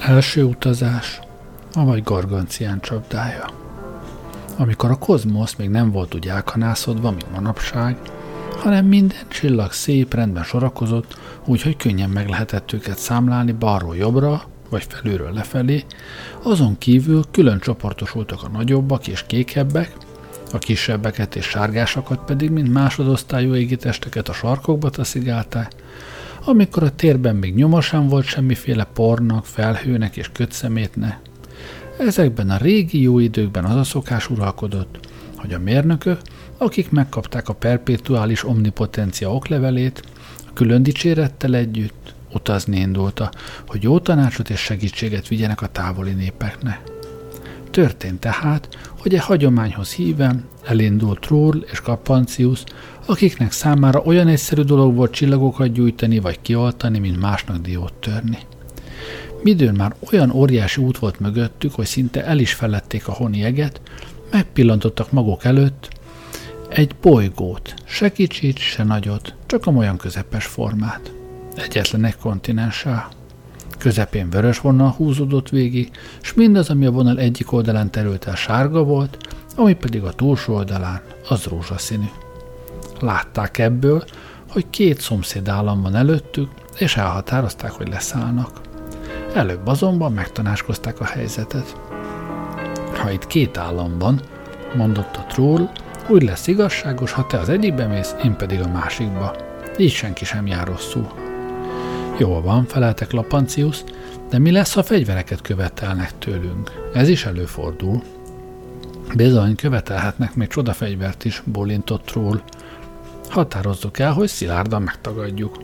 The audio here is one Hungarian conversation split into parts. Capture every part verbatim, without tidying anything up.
Első utazás, avagy Gargancián csapdája. Amikor a kozmosz még nem volt úgy elkanászodva, mint manapság, hanem minden csillag szép rendben sorakozott, úgyhogy könnyen meg lehetett őket számlálni balról jobbra, vagy felülről lefelé, azon kívül külön csoportosultak a nagyobbak és kékebbek, a kisebbeket és sárgásakat pedig, mint másodosztályú égitesteket a sarkokba taszigálták, amikor a térben még nyoma sem volt semmiféle pornak, felhőnek és kötszemétnek. Ezekben a régi jó időkben az a szokás uralkodott, hogy a mérnökök, akik megkapták a perpétuális omnipotencia oklevelét, a külön dicsérettel együtt utazni indulta, hogy jó tanácsot és segítséget vigyenek a távoli népeknek. Történt tehát, hogy egy hagyományhoz híven elindult Trull és Kapancius, akiknek számára olyan egyszerű dolog volt csillagokat gyújtani vagy kioltani, mint másnak diót törni. Midőn már olyan óriási út volt mögöttük, hogy szinte el is feledték a honi eget, megpillantottak maguk előtt egy bolygót, se kicsit, se nagyot, csak olyan közepes formát. Egyetlen egy kontinenssel. Közepén vörös vonal húzódott végig, s mindaz, ami a vonal egyik oldalán terült el, sárga volt, ami pedig a túlsó oldalán az rózsaszínű. Látták ebből, hogy két szomszéd állam van előttük, és elhatározták, hogy leszállnak. Előbb azonban megtanácskozták a helyzetet. Ha itt két állam van, mondotta Trull, úgy lesz igazságos, ha te az egyikbe mész, én pedig a másikba. Így senki sem jár rosszul. Jól van, feleltek Lapancius, de mi lesz, ha fegyvereket követelnek tőlünk? Ez is előfordul. Bizony, követelhetnek még csodafegyvert is, bólintott Trull. Határozzuk el, hogy szilárdan megtagadjuk.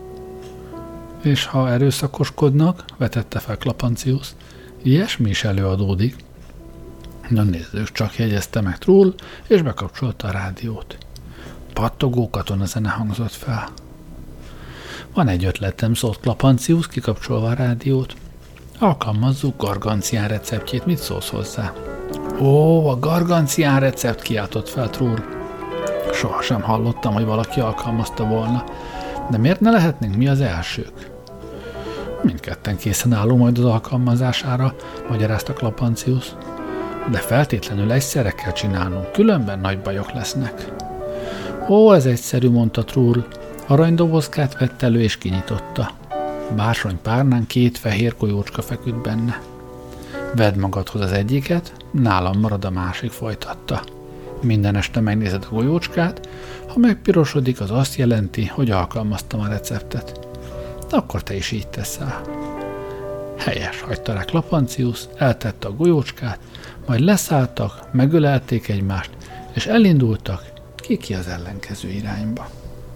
És ha erőszakoskodnak, vetette fel Lapancius, ilyesmi is előadódik. Na nézzük, csak jegyezte meg Trull, és bekapcsolta a rádiót. Pattogó katonazene hangzott fel. Van egy ötletem, szólt Lapancius, kikapcsolva a rádiót. Alkalmazzuk Gargancián receptjét, mit szólsz hozzá? Ó, a Gargancián recept, kiáltott fel Trull. Sohasem hallottam, hogy valaki alkalmazta volna. De miért ne lehetnénk mi az elsők? Mindketten készen állunk majd az alkalmazására, magyaráztak Lapancius. De feltétlenül egyszerre kell csinálnunk, különben nagy bajok lesznek. Ó, ez egyszerű, mondta Trull. Aranydobozkát vett elő és kinyitotta. Bársony párnán két fehér golyócska feküdt benne. Vedd magadhoz az egyiket, nálam marad a másik, folytatta. Minden este megnézed a golyócskát, ha megpirosodik, az azt jelenti, hogy alkalmaztam a receptet. Akkor te is így teszel. Helyes, hagyta rá Lapancius, eltette a golyócskát, majd leszálltak, megölelték egymást, és elindultak ki-ki az ellenkező irányba.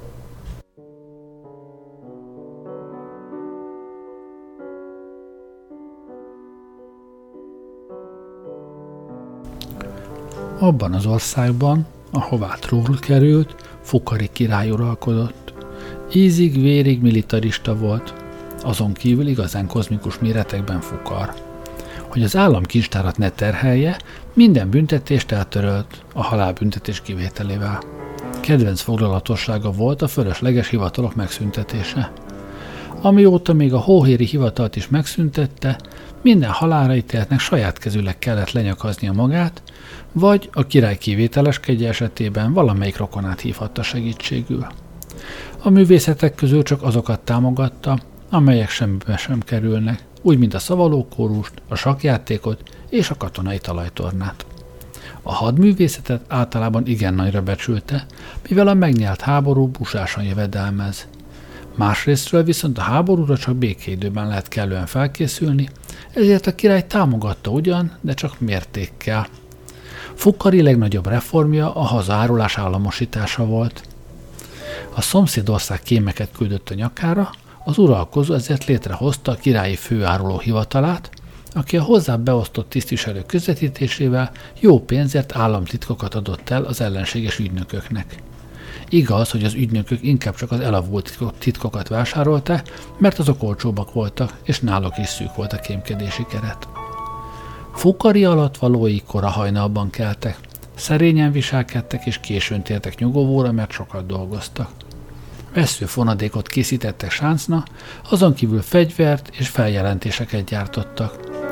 Abban az országban, ahová Trull került, Fukari király uralkodott. Ízig-vérig militarista volt, azon kívül igazán kozmikus méretekben fukar. Hogy az állam kincstárat ne terhelje, minden büntetést eltörölt, a halálbüntetés kivételével. Kedvenc foglalatossága volt a fölösleges hivatalok megszüntetése. Amióta még a hóhéri hivatalt is megszüntette, minden halálra ítéltnek saját kezűleg kellett lenyakaznia magát, vagy a király kivételeskedje esetében valamelyik rokonát hívhatta segítségül. A művészetek közül csak azokat támogatta, amelyek semmibe sem kerülnek, úgy, mint a szavalókórust, a sakkjátékot és a katonai talajtornát. A hadművészetet általában igen nagyra becsülte, mivel a megnyert háború busásan jövedelmez. Másrésztről viszont a háborúra csak békeidőben lehet kellően felkészülni, ezért a király támogatta ugyan, de csak mértékkel. Fukari legnagyobb reformja a hazaárulás államosítása volt. A szomszédország kémeket küldött a nyakára, az uralkozó ezért létrehozta a királyi főáruló hivatalát, aki a hozzá beosztott tisztviselők közvetítésével jó pénzért államtitkokat adott el az ellenséges ügynököknek. Igaz, hogy az ügynökök inkább csak az elavult titkokat vásárolták, mert azok olcsóbbak voltak, és náluk is szűk volt a kémkedési keret. Fukari alattvalói kora hajnalban keltek, szerényen viselkedtek és későn tértek nyugovóra, mert sokat dolgoztak. Vessző fonadékot készítettek sáncna, azon kívül fegyvert és feljelentéseket gyártottak.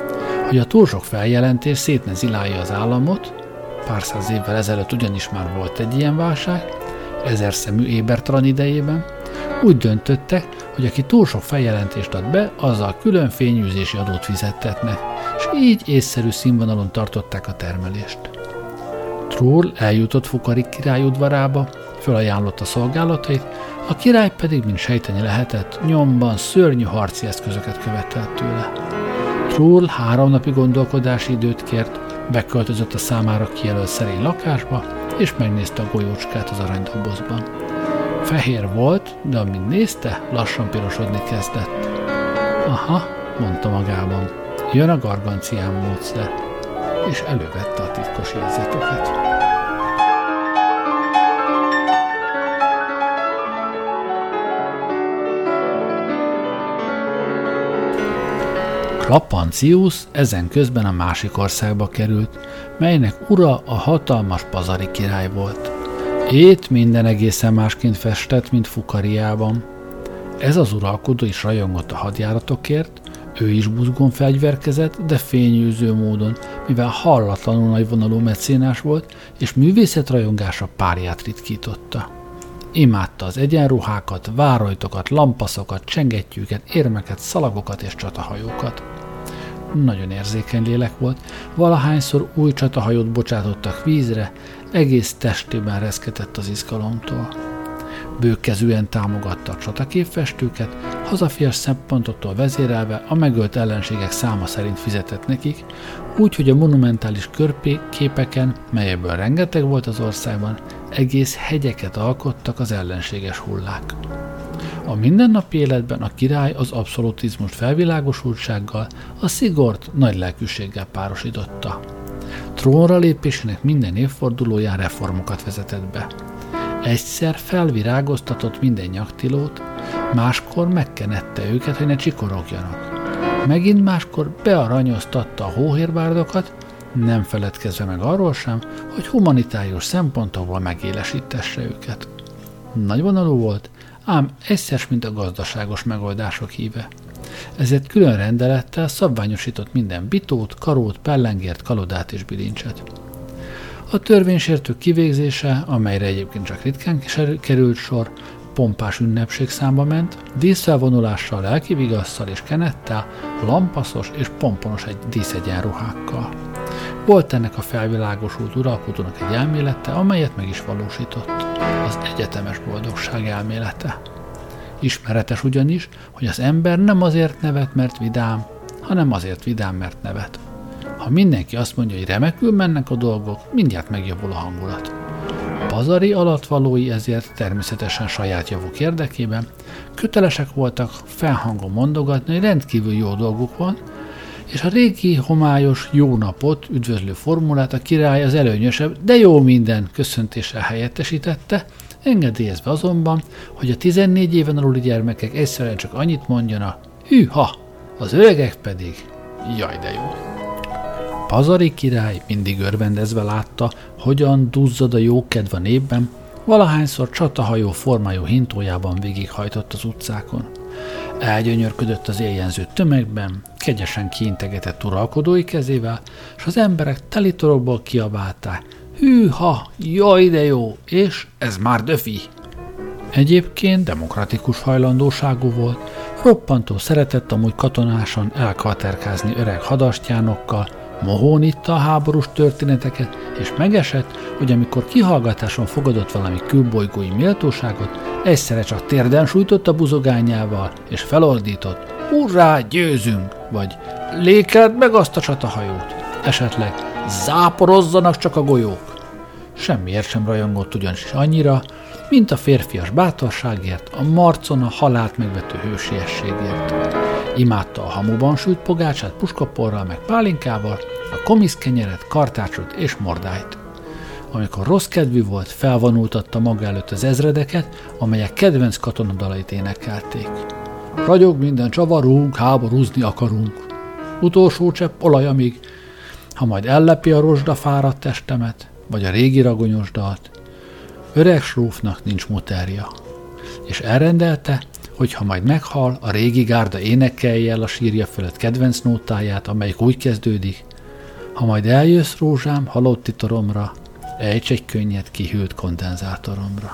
hogy a túl sok feljelentés szét ne zilálja az államot, pár száz évvel ezelőtt ugyanis már volt egy ilyen válság, ezerszemű ébertalan idejében, úgy döntöttek, hogy aki túl sok feljelentést ad be, azzal külön fényűzési adót fizettetnek, és így észszerű színvonalon tartották a termelést. Troll eljutott Fukari király udvarába, fölajánlotta szolgálatait, a király pedig, mint sejteni lehetett, nyomban szörnyű harci eszközöket követelt tőle. Troll három napi gondolkodási időt kért, beköltözött a számára kijelölt szerény lakásba, és megnézte a golyócskát az aranydobozban. Fehér volt, de amint nézte, lassan pirosodni kezdett. Aha, mondta magában, jön a gargancián módszer, és elővette a titkos jegyzeteket. Klapancius ezen közben a másik országba került, melynek ura a hatalmas Pazari király volt. Itt minden egészen másként festett, mint Fukariában. Ez az uralkodó is rajongott a hadjáratokért, ő is buzgón fegyverkezett, de fényűző módon, mivel hallatlanul nagyvonalú mecénás volt, és művészetrajongása párját ritkította. Imádta az egyenruhákat, várojtokat, lampaszokat, csengettyűket, érmeket, szalagokat és csatahajókat. Nagyon érzékeny lélek volt, valahányszor új csatahajót bocsátottak vízre, egész testében reszketett az izgalomtól. Bőkezűen támogatta a csataképfestőket, hazafias szempontoktól vezérelve a megölt ellenségek száma szerint fizetett nekik, úgy, hogy a monumentális körképeken, melyekből rengeteg volt az országban, egész hegyeket alkottak az ellenséges hullák. A mindennapi életben a király az abszolutizmus felvilágosultsággal, a szigort nagy lelkűséggel párosította. Trónra lépésének minden évfordulóján reformokat vezetett be. Egyszer felvirágoztatott minden nyaktilót, máskor megkenette őket, hogy ne csikorogjanak. Megint máskor bearanyoztatta a hóhérbárdokat, nem feledkezve meg arról sem, hogy humanitárius szempontokból megélesítesse őket. Nagyvonalú volt, ám egyszeres, mint a gazdaságos megoldások híve. Ezért külön rendelettel szabványosított minden bitót, karót, pellengért, kalodát és bilincset. A törvénysértők kivégzése, amelyre egyébként csak ritkán került sor, pompás ünnepség számba ment, díszfelvonulással, lelkivigasszal és kenettel, lampaszos és pomponos egy díszegyenruhákkal. Volt ennek a felvilágosult uralkodónak egy elmélete, amelyet meg is valósított. Az egyetemes boldogság elmélete. Ismeretes ugyanis, hogy az ember nem azért nevet, mert vidám, hanem azért vidám, mert nevet. Ha mindenki azt mondja, hogy remekül mennek a dolgok, mindjárt megjavul a hangulat. Pazari alattvalói ezért természetesen saját javuk érdekében kötelesek voltak felhangon mondogatni, hogy rendkívül jó dolguk van, és a régi homályos jó napot üdvözlő formulát a király az előnyösebb, de jó minden köszöntéssel helyettesítette, engedélyezve azonban, hogy a tizennégy éven aluli gyermekek egyszerűen csak annyit mondjanak, hű-ha, az öregek pedig, jaj de jó. Pazari király mindig örvendezve látta, hogyan duzzad a jókedv a népben, valahányszor csatahajó formájú hintójában végighajtott az utcákon. Elgyönyörködött az éjjenző tömegben, kegyesen kiintegetett uralkodói kezével, és az emberek telitorokból kiabálták, hű-ha, jaj de jó, és ez már döfi. Egyébként demokratikus hajlandóságú volt, roppantó szeretett amúgy katonásan elkalterkázni öreg hadastyánokkal, mohón itta a háborús történeteket, és megesett, hogy amikor kihallgatáson fogadott valami külbolygói méltóságot, egyszerre csak térden sújtott buzogányával, és felordított, hurrá, győzünk, vagy lékeld meg azt a csatahajót, esetleg záporozzanak csak a golyók. Semmiért sem rajongott ugyanis annyira, mint a férfias bátorságért, a marcon a halált megvető hősiességért. Imádta a hamuban sült pogácsát puskaporral meg pálinkával, a komiszkenyeret, kartácsot és mordájt. Amikor rossz kedvű volt, felvonultatta maga előtt az ezredeket, amelyek kedvenc katonadalait énekelték. Ragyog minden csavarunk, háborúzni akarunk. Utolsó csepp olaj, amíg, ha majd ellepi a rozsda fáradt testemet, vagy a régi ragonyos dalt. Öreg srófnak nincs muterja. És elrendelte, hogy ha majd meghal, a régi gárda énekelje el a sírja fölött kedvenc nótáját, amelyik úgy kezdődik: ha majd eljössz, rózsám, halotti toromra, ejts egy könnyet kihűlt kondenzátoromra.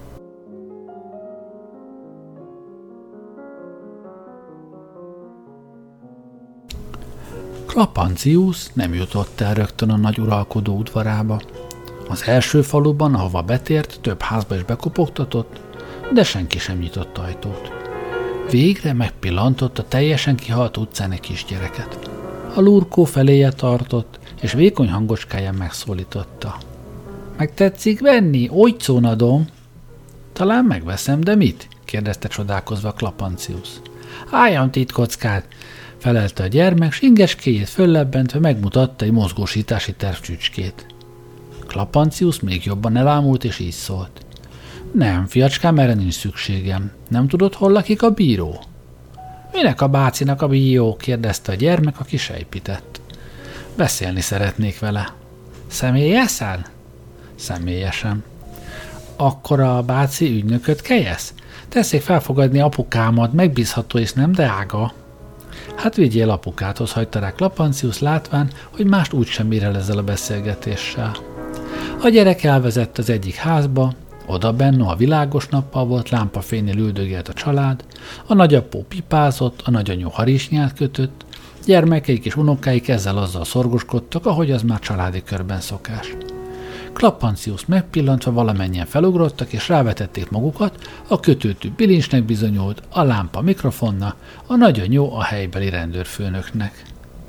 Klapancius nem jutott el rögtön a nagy uralkodó udvarába. Az első faluban, ahova betért, több házba is bekopogtatott, de senki sem nyitott ajtót. Végre megpillantott a teljesen kihalt utcán egy kisgyereket. A lurkó feléje tartott, és vékony hangoskáján megszólította. Meg tetszik venni? Oly cónadom! Talán megveszem, de mit? kérdezte csodálkozva Klapancius. Álljon titkockát! Felelte a gyermek, s ingeskéjét föllebbentve megmutatta egy mozgósítási tervcsücskét. Klapancius még jobban elámult, és így szólt. Nem, fiacskám, erre nincs szükségem. Nem tudod, hol lakik a bíró? Minek a bácinak a bíró? kérdezte a gyermek, aki sejpített. Beszélni szeretnék vele. Személyesen? Személyesen. Akkor a báci ügynököt kejesz? Tessék felfogadni apukámat, megbízható és nem deága. Hát vigyél apukáthoz, hagyta rá Klapancius, látván, hogy mást úgysem ír el ezzel a beszélgetéssel. A gyerek elvezett az egyik házba, oda benno a világos nappal volt, lámpafénynél üldögélt a család, a nagyapó pipázott, a nagyanyó harisnyát kötött, gyermekeik és unokáik ezzel-azzal szorgoskodtak, ahogy az már családi körben szokás. Klapancius megpillantva valamennyien felugrottak, és rávetették magukat, a kötőtű bilincsnek bizonyult, a lámpa mikrofonna, a nagyanyó a helybeli rendőrfőnöknek.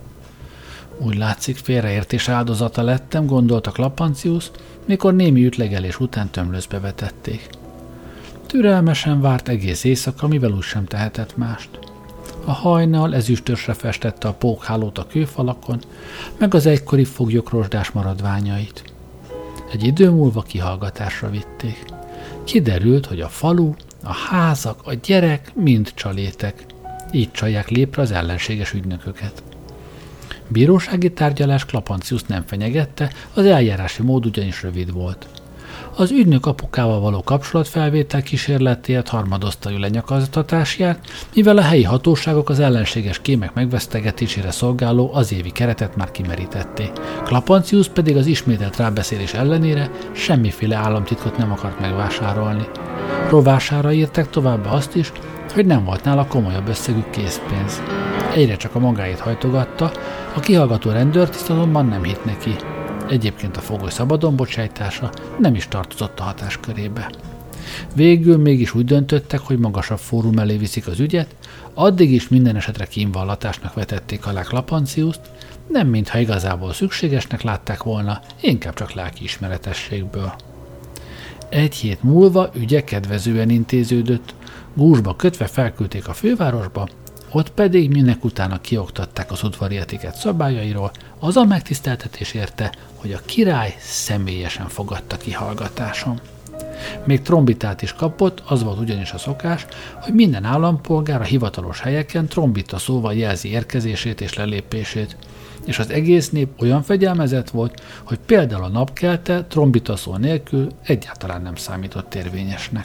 Úgy látszik, félreértés áldozata lettem, gondolta Klapancius, mikor némi ütlegelés után tömlőzbe vetették. Türelmesen várt egész éjszaka, mivel úgy sem tehetett mást. A hajnal ezüstösre festette a pókhálót a kőfalakon, meg az egykori foglyok rozsdás maradványait. Egy idő múlva kihallgatásra vitték. Kiderült, hogy a falu, a házak, a gyerek mind csalétek. Így csalják lépre az ellenséges ügynököket. Bírósági tárgyalás Klapancius nem fenyegette, az eljárási mód ugyanis rövid volt. Az ügynök apukával való kapcsolatfelvétel kísérletéért harmadosztályú lenyakaztatás járt, mivel a helyi hatóságok az ellenséges kémek megvesztegetésére szolgáló az évi keretet már kimerítették. Klapancius pedig az ismételt rábeszélés ellenére semmiféle államtitkot nem akart megvásárolni. Rovására írták továbbá azt is, hogy nem volt nála komolyabb összegű készpénz. Egyre csak a magáét hajtogatta, a kihallgató rendőrtiszt azonban nem hitt neki. Egyébként a fogoly szabadon bocsájtása nem is tartozott a hatáskörébe. Végül mégis úgy döntöttek, hogy magasabb fórum elé viszik az ügyet, addig is minden esetre kínvallatásnak vetették alá Klapanciust, nem mintha igazából szükségesnek látták volna, inkább csak lelkiismeretességből. Egy hét múlva ügye kedvezően intéződött, gúzsba kötve felküldték a fővárosba, ott pedig minek utána kioktatták az udvari etikett szabályairól, az a megtiszteltetés érte, hogy a király személyesen fogadta kihallgatáson. Még trombitát is kapott, az volt ugyanis a szokás, hogy minden állampolgár a hivatalos helyeken trombita szóval jelzi érkezését és lelépését, és az egész nép olyan fegyelmezett volt, hogy például a napkelte trombita szó nélkül egyáltalán nem számított érvényesnek.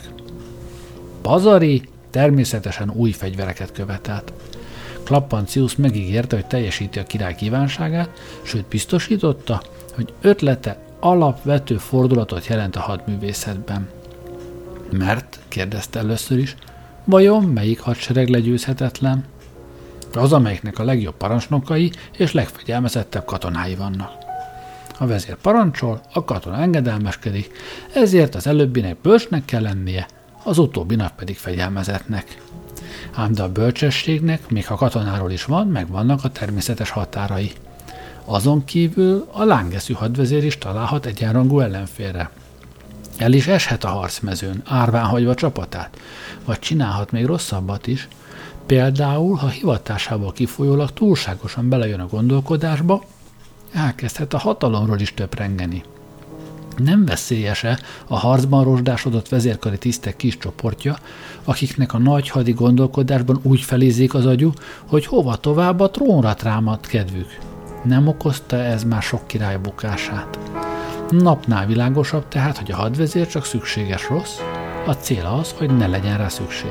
Pazari természetesen új fegyvereket követelt. Klapancius megígérte, hogy teljesíti a király kívánságát, sőt biztosította, hogy ötlete alapvető fordulatot jelent a hadművészetben. Mert, kérdezte először is, vajon melyik hadsereg legyőzhetetlen? Az, amelyiknek a legjobb parancsnokai és legfegyelmezettebb katonái vannak. A vezér parancsol, a katona engedelmeskedik, ezért az előbbinek bölcsnek kell lennie, az utóbbinak pedig fegyelmezetnek. Ám de a bölcsességnek, még ha katonáról is van, megvannak a természetes határai. Azon kívül a lángeszű hadvezér is találhat egyenrangú ellenfélre. El is eshet a harcmezőn, árván hagyva csapatát, vagy csinálhat még rosszabbat is, például, ha hivatásából kifolyólag túlságosan belejön a gondolkodásba, elkezdhet a hatalomról is töprengeni. Nem veszélyese a harcban rozsdásodott vezérkari tisztek kis csoportja, akiknek a nagy hadi gondolkodásban úgy felézik az agyú, hogy hova tovább a trónra támad kedvük. Nem okozta ez már sok király bukását. Napnál világosabb tehát, hogy a hadvezér csak szükséges rossz, a cél az, hogy ne legyen rá szükség.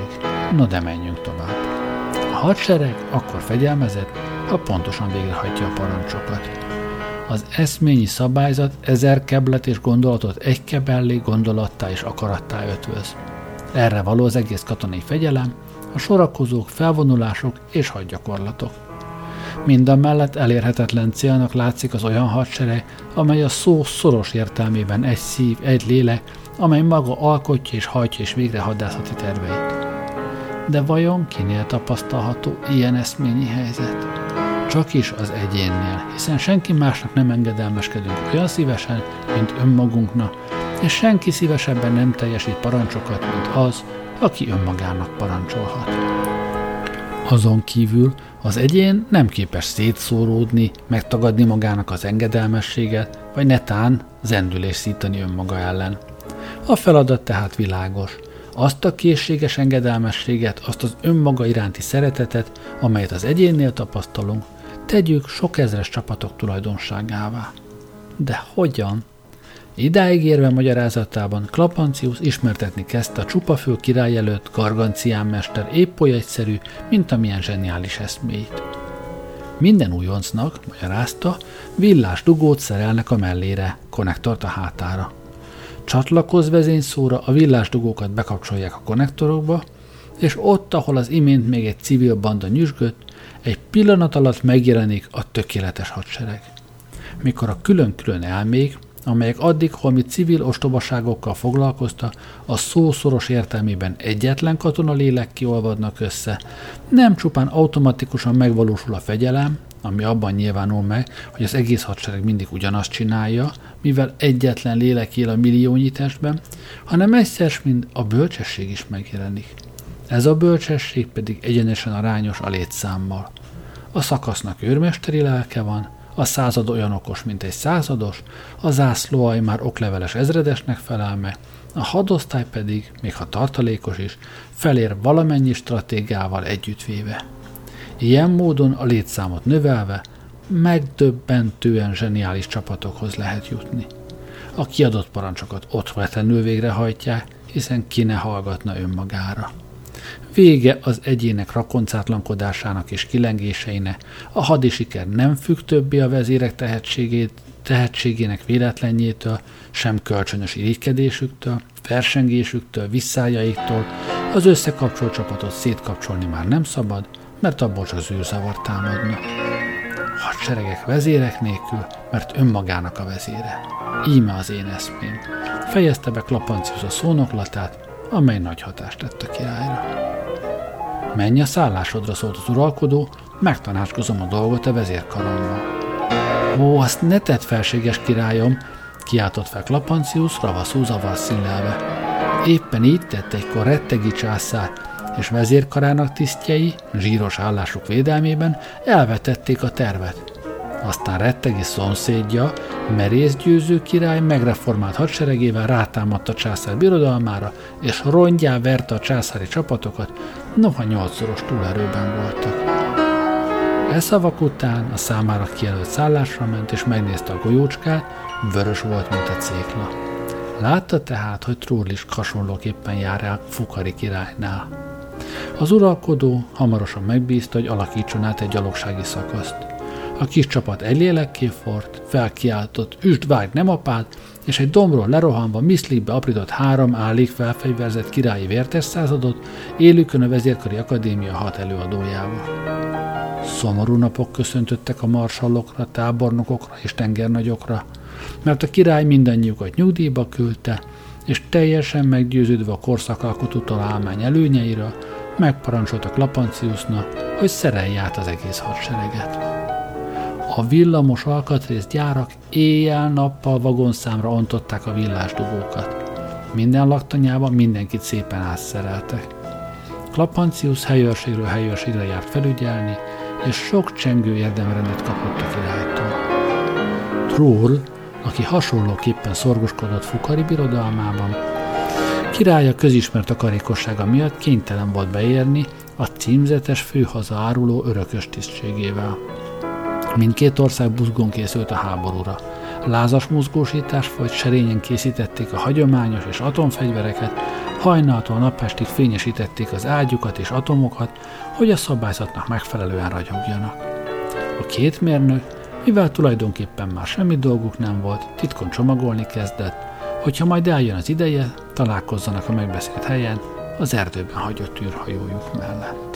No de menjünk tovább. A hadsereg akkor fegyelmezett, ha pontosan végrehajtja a parancsokat. Az eszményi szabályzat ezer keblet és gondolatot egy kebellé, gondolattá és akarattá ötvöz. Erre való az egész katonai fegyelem, a sorakozók, felvonulások és hadgyakorlatok. Mindamellett elérhetetlen célnak látszik az olyan hadsereg, amely a szó szoros értelmében egy szív, egy lélek, amely maga alkotja és hajtja és végre hadászati terveit. De vajon kinél tapasztalható ilyen eszményi helyzet? Csak is az egyénnél, hiszen senki másnak nem engedelmeskedünk olyan szívesen, mint önmagunknak, és senki szívesebben nem teljesít parancsokat, mint az, aki önmagának parancsolhat. Azon kívül az egyén nem képes szétszóródni, megtagadni magának az engedelmességet, vagy netán zendülést szítani önmaga ellen. A feladat tehát világos. Azt a készséges engedelmességet, azt az önmaga iránti szeretetet, amelyet az egyénnél tapasztalunk, tegyük sok ezres csapatok tulajdonságává. De hogyan? Idáig érve magyarázatában Klapancius ismertetni kezdte a csupafő király előtt Gargancián mester épp oly egyszerű, mint amilyen zseniális eszméit. Minden újoncnak, magyarázta, villás dugót szerelnek a mellére, konnektort a hátára. Csatlakoz vezényszóra a villásdugókat bekapcsolják a konnektorokba, és ott, ahol az imént még egy civil banda nyüzsgött, egy pillanat alatt megjelenik a tökéletes hadsereg. Mikor a külön-külön elmék, amelyek addig holmi civil ostobaságokkal foglalkozta, a szó szoros értelmében egyetlen katona lélek kiolvadnak össze, nem csupán automatikusan megvalósul a fegyelem, ami abban nyilvánul meg, hogy az egész hadsereg mindig ugyanazt csinálja, mivel egyetlen lélek él a milliónyi testben, hanem egyszer, mint a bölcsesség is megjelenik. Ez a bölcsesség pedig egyenesen arányos a létszámmal. A szakasznak őrmesteri lelke van, a század olyan okos, mint egy százados, a zászlóalj már okleveles ezredesnek felel meg, a hadosztály pedig, még ha tartalékos is, felér valamennyi stratégával együttvéve. Ilyen módon a létszámot növelve megdöbbentően zseniális csapatokhoz lehet jutni. A kiadott parancsokat ottvetlenül végrehajtják, hiszen ki ne hallgatna önmagára. Vége az egyének rakoncátlankodásának és kilengéseinek, a hadi siker nem függ többé a vezérek tehetségét, tehetségének véletlenjétől, sem kölcsönös irigykedésüktől, versengésüktől, visszájaiktól, az összekapcsolt csapatot szétkapcsolni már nem szabad, mert abból csak zűrzavar támadna. Hadseregek vezérek nélkül, mert önmagának a vezére. Íme az én eszmém. Fejezte be Klapancius a szónoklatát, amely nagy hatást tett a királyra. Menj a szállásodra, szólt az uralkodó, megtanácskozom a dolgot a vezérkarommal. Ó, azt ne tedd, felséges királyom, kiáltott fel Klapancius ravaszú zavarszínlelve. Éppen így tette egykor Rettegi császár, és vezérkarának tisztjei, zsíros állásuk védelmében elvetették a tervet. Aztán Rettegi szomszédja, merész győző király megreformált hadseregével rátámadt a császár birodalmára, és rongyá verte a császári csapatokat, noha nyolcszoros túlerőben voltak. E szavak után a számára kijelölt szállásra ment, és megnézte a golyócskát, vörös volt, mint a cékla. Látta tehát, hogy Tról is hasonlóképpen jár el Fukari királynál. Az uralkodó hamarosan megbízta, hogy alakítson át egy gyalogsági szakaszt. A kis csapat egy lélekké forrt, felkiáltott, üsd, vágj, nem apád, és egy dombról lerohanva miszlikbe aprított három állig felfegyverzett királyi vértes századot, élükön a vezérkari akadémia hat előadójával. Szomorú napok köszöntöttek a marsallokra, tábornokokra és tengernagyokra, mert a király mindannyiukat nyugdíjba küldte, és teljesen meggyőződve a korszakalkotó találmány előnyeiről, megparancsolta Klapanciusnak, hogy szerelje át az egész hadsereget. A villamos alkatrészgyárak éjjel-nappal vagonszámra ontották a villásdugókat. Minden laktanyában mindenkit szépen átszereltek. Klapancius helyőrségről helyőrségre járt felügyelni, és sok csengő érdemrendet kapott a királytól. Tról, aki hasonlóképpen szorgoskodott Fukari birodalmában, királya közismert akarékossága miatt kénytelen volt beérni a címzetes főhaza áruló örökös tisztségével. Mindkét ország buzgón készült a háborúra. Lázas mozgósítás folyt, serényen készítették a hagyományos és atomfegyvereket, hajnaltól napestig fényesítették az ágyukat és atomokat, hogy a szabályzatnak megfelelően ragyogjanak. A két mérnök, mivel tulajdonképpen már semmi dolguk nem volt, titkon csomagolni kezdett, hogyha majd eljön az ideje, találkozzanak a megbeszélt helyen, az erdőben hagyott űrhajójuk mellett.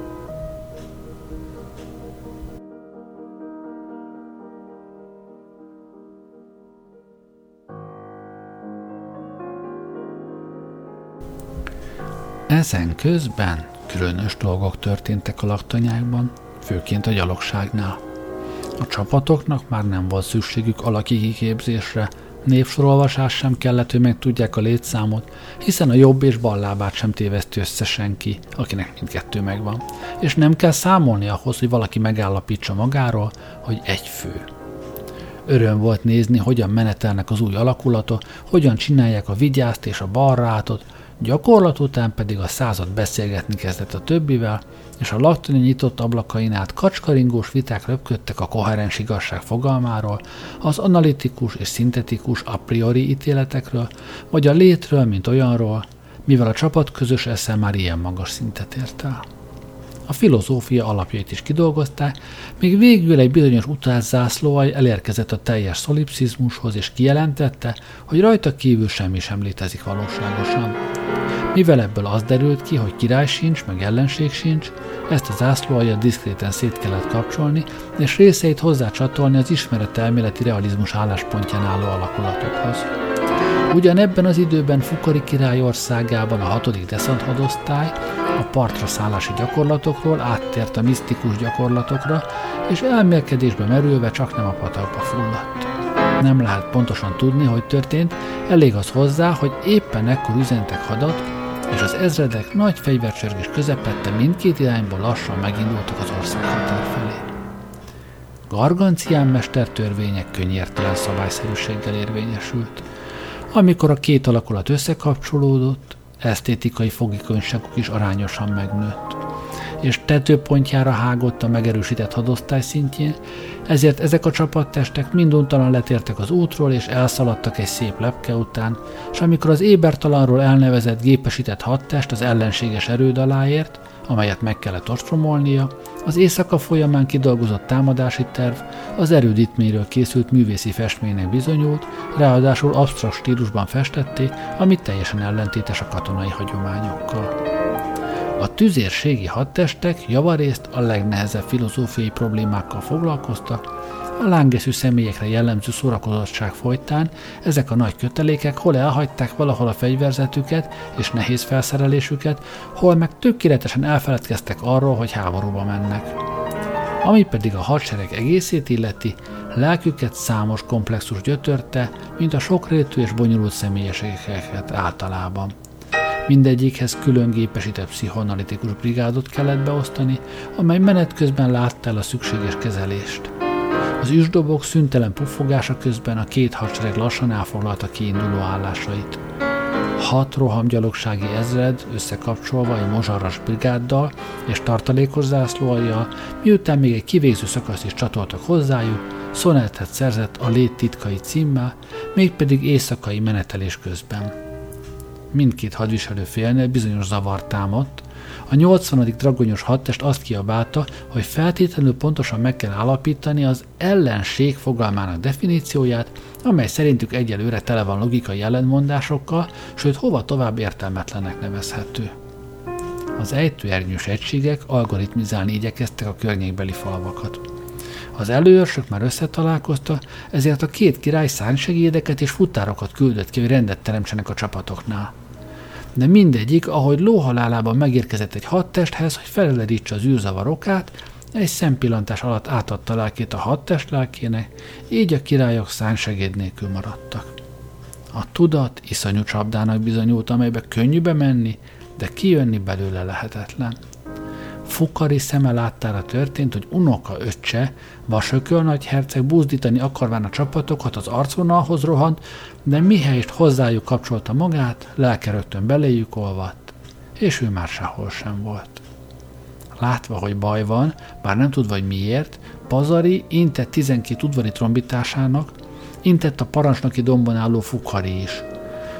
Ezen közben különös dolgok történtek a laktanyákban, főként a gyalogságnál. A csapatoknak már nem volt szükségük alaki kiképzésre, névsorolvasás sem kellett, hogy megtudják a létszámot, hiszen a jobb és bal lábát sem téveszti össze senki, akinek mindkettő megvan, és nem kell számolni ahhoz, hogy valaki megállapítsa magáról, hogy egy fő. Öröm volt nézni, hogyan menetelnek az új alakulatok, hogyan csinálják a vigyázt és a balrátot, gyakorlat után pedig a század beszélgetni kezdett a többivel, és a laktanya nyitott ablakain át kacskaringós viták röpködtek a koherens igazság fogalmáról, az analitikus és szintetikus a priori ítéletekről, vagy a létről, mint olyanról, mivel a csapat közös esze már ilyen magas szintet ért el. A filozófia alapjait is kidolgozták, míg végül egy bizonyos utánzászlóaj elérkezett a teljes szolipszizmushoz, és kijelentette, hogy rajta kívül semmi sem létezik valóságosan. Mivel ebből az derült ki, hogy király sincs, meg ellenség sincs, ezt a zászlóaljat diszkréten szét kellett kapcsolni, és részeit hozzácsatolni az ismeretelméleti realizmus álláspontján álló alakulatokhoz. Ugyanebben az időben Fukari király országában a hatodik deszanthadosztály a partra szállási gyakorlatokról áttért a misztikus gyakorlatokra, és elmélkedésbe merülve csak nem a patakba fulladt. Nem lehet pontosan tudni, hogy történt, elég az hozzá, hogy éppen ekkor üzentek hadat, és az ezredek nagy fegyvercsörgés közepette mindkét irányból lassan megindultak az ország határ felé. Gargancián mester törvények könnyértelen szabályszerűséggel érvényesült. Amikor a két alakulat összekapcsolódott, esztétikai fogékonyságuk is arányosan megnőtt, és tetőpontjára hágott a megerősített hadosztály szintjén, ezért ezek a csapattestek minduntalan letértek az útról, és elszaladtak egy szép lepke után, és amikor az ébertalanról elnevezett gépesített hadtest az ellenséges erőd alá ért, amelyet meg kellett ostromolnia, az éjszaka folyamán kidolgozott támadási terv az erődítményről készült művészi festménynek bizonyult, ráadásul absztrakt stílusban festették, ami teljesen ellentétes a katonai hagyományokkal. A tüzérségi hadtestek javarészt a legnehezebb filozófiai problémákkal foglalkoztak, a lángeszű személyekre jellemző szórakozottság folytán ezek a nagy kötelékek hol elhagyták valahol a fegyverzetüket és nehéz felszerelésüket, hol meg tökéletesen elfeledkeztek arról, hogy háborúba mennek. Ami pedig a hadsereg egészét illeti, lelküket számos komplexus gyötörte, mint a sokrétű és bonyolult személyiségeket általában. Mindegyikhez külön gépesített pszichoanalitikus brigádot kellett beosztani, amely menet közben látta el a szükséges kezelést. Az üsdobok szüntelen puffogása közben a két hadsereg lassan elfoglalta kiinduló állásait. Hat rohamgyalogsági ezred összekapcsolva egy mozsarras brigáddal és tartalékos zászlóaljal, miután még egy kivégző szakaszt is csatoltak hozzájuk, szonettet szerzett a lét titkai címmel, mégpedig éjszakai menetelés közben. Mindkét hadviselő félnél bizonyos zavar támadt. A nyolcvanadik dragonyos hadtest azt kiabálta, hogy feltétlenül pontosan meg kell állapítani az ellenség fogalmának definícióját, amely szerintük egyelőre tele van logikai ellentmondásokkal, sőt hova tovább értelmetlennek nevezhető. Az ejtőernyős egységek algoritmizálni igyekeztek a környékbeli falvakat. Az előőrsök már összetalálkoztak, ezért a két király szárnysegédeket és futárokat küldött ki, hogy rendet teremtsenek a csapatoknál. De mindegyik, ahogy lóhalálában megérkezett egy hadtesthez, hogy fellerítse az űrzavar okát, egy szempillantás alatt átadta lelkét a hadtest lelkének, így a királyok szárnysegéd nélkül maradtak. A tudat iszonyú csapdának bizonyult, amelybe könnyű bemenni, de kijönni belőle lehetetlen. Fukari szeme láttára történt, hogy unoka öccse, Vasököl nagyherceg buzdítani akarván a csapatokat az arcvonalhoz rohant, de mihelyest hozzájuk kapcsolta magát, lelke rögtön beléjük olvadt, és ő már sehol sem volt. Látva, hogy baj van, bár nem tudva, hogy miért, Pazari intett tizenkét udvari trombitásának, intett a parancsnoki dombon álló Fukari is.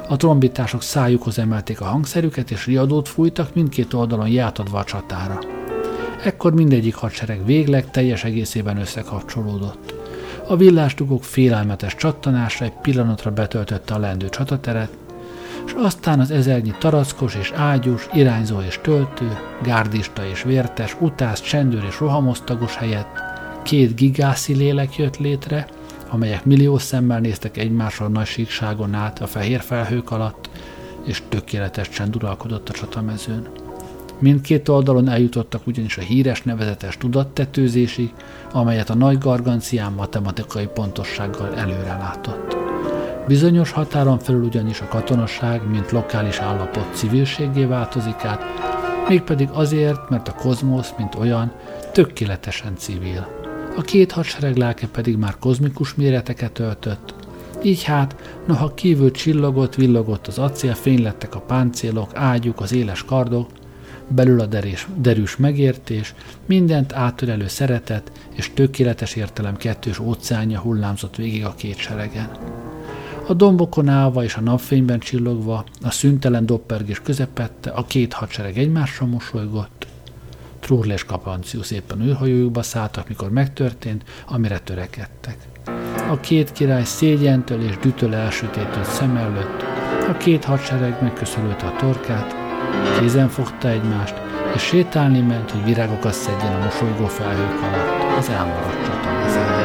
A trombitások szájukhoz emelték a hangszerüket, és riadót fújtak, mindkét oldalon ját adva a csatára. Ekkor mindegyik hadsereg végleg teljes egészében összekapcsolódott. A villásdugók félelmetes csattanása egy pillanatra betöltötte a leendő csatateret, és aztán az ezernyi tarackos és ágyús, irányzó és töltő, gárdista és vértes, utász, csendőr és rohamosztagos helyett két gigászi lélek jött létre, amelyek millió szemmel néztek egymásra a nagy síkságon át a fehér felhők alatt, és tökéletes csend uralkodott a csatamezőn. Mindkét oldalon eljutottak ugyanis a híres nevezetes tudattetőzésig, amelyet a nagy Gargancián matematikai pontossággal előrelátott. Bizonyos határon felül ugyanis a katonaság, mint lokális állapot civilséggé változik át, mégpedig azért, mert a kozmosz, mint olyan, tökéletesen civil. A két hadsereg lelke pedig már kozmikus méreteket öltött. Így hát, noha kívül csillogott, villogott az acél, fénylettek a páncélok, ágyuk, az éles kardok, belül a derés, derűs megértés, mindent átölelő szeretet és tökéletes értelem kettős óceánja hullámzott végig a két seregen. A dombokon állva és a napfényben csillogva, a szüntelen doppergés közepette a két hadsereg egymásra mosolygott. Trúrl és Klapancius éppen űrhajójukba szálltak, mikor megtörtént, amire törekedtek. A két király szégyentől és dühtől elsötétült szem előtt, a két hadsereg megköszörülte a torkát, kézen fogta egymást, és sétálni ment, hogy virágokat szedjen a mosolygó felhők alatt az elmaradt csatamezőn.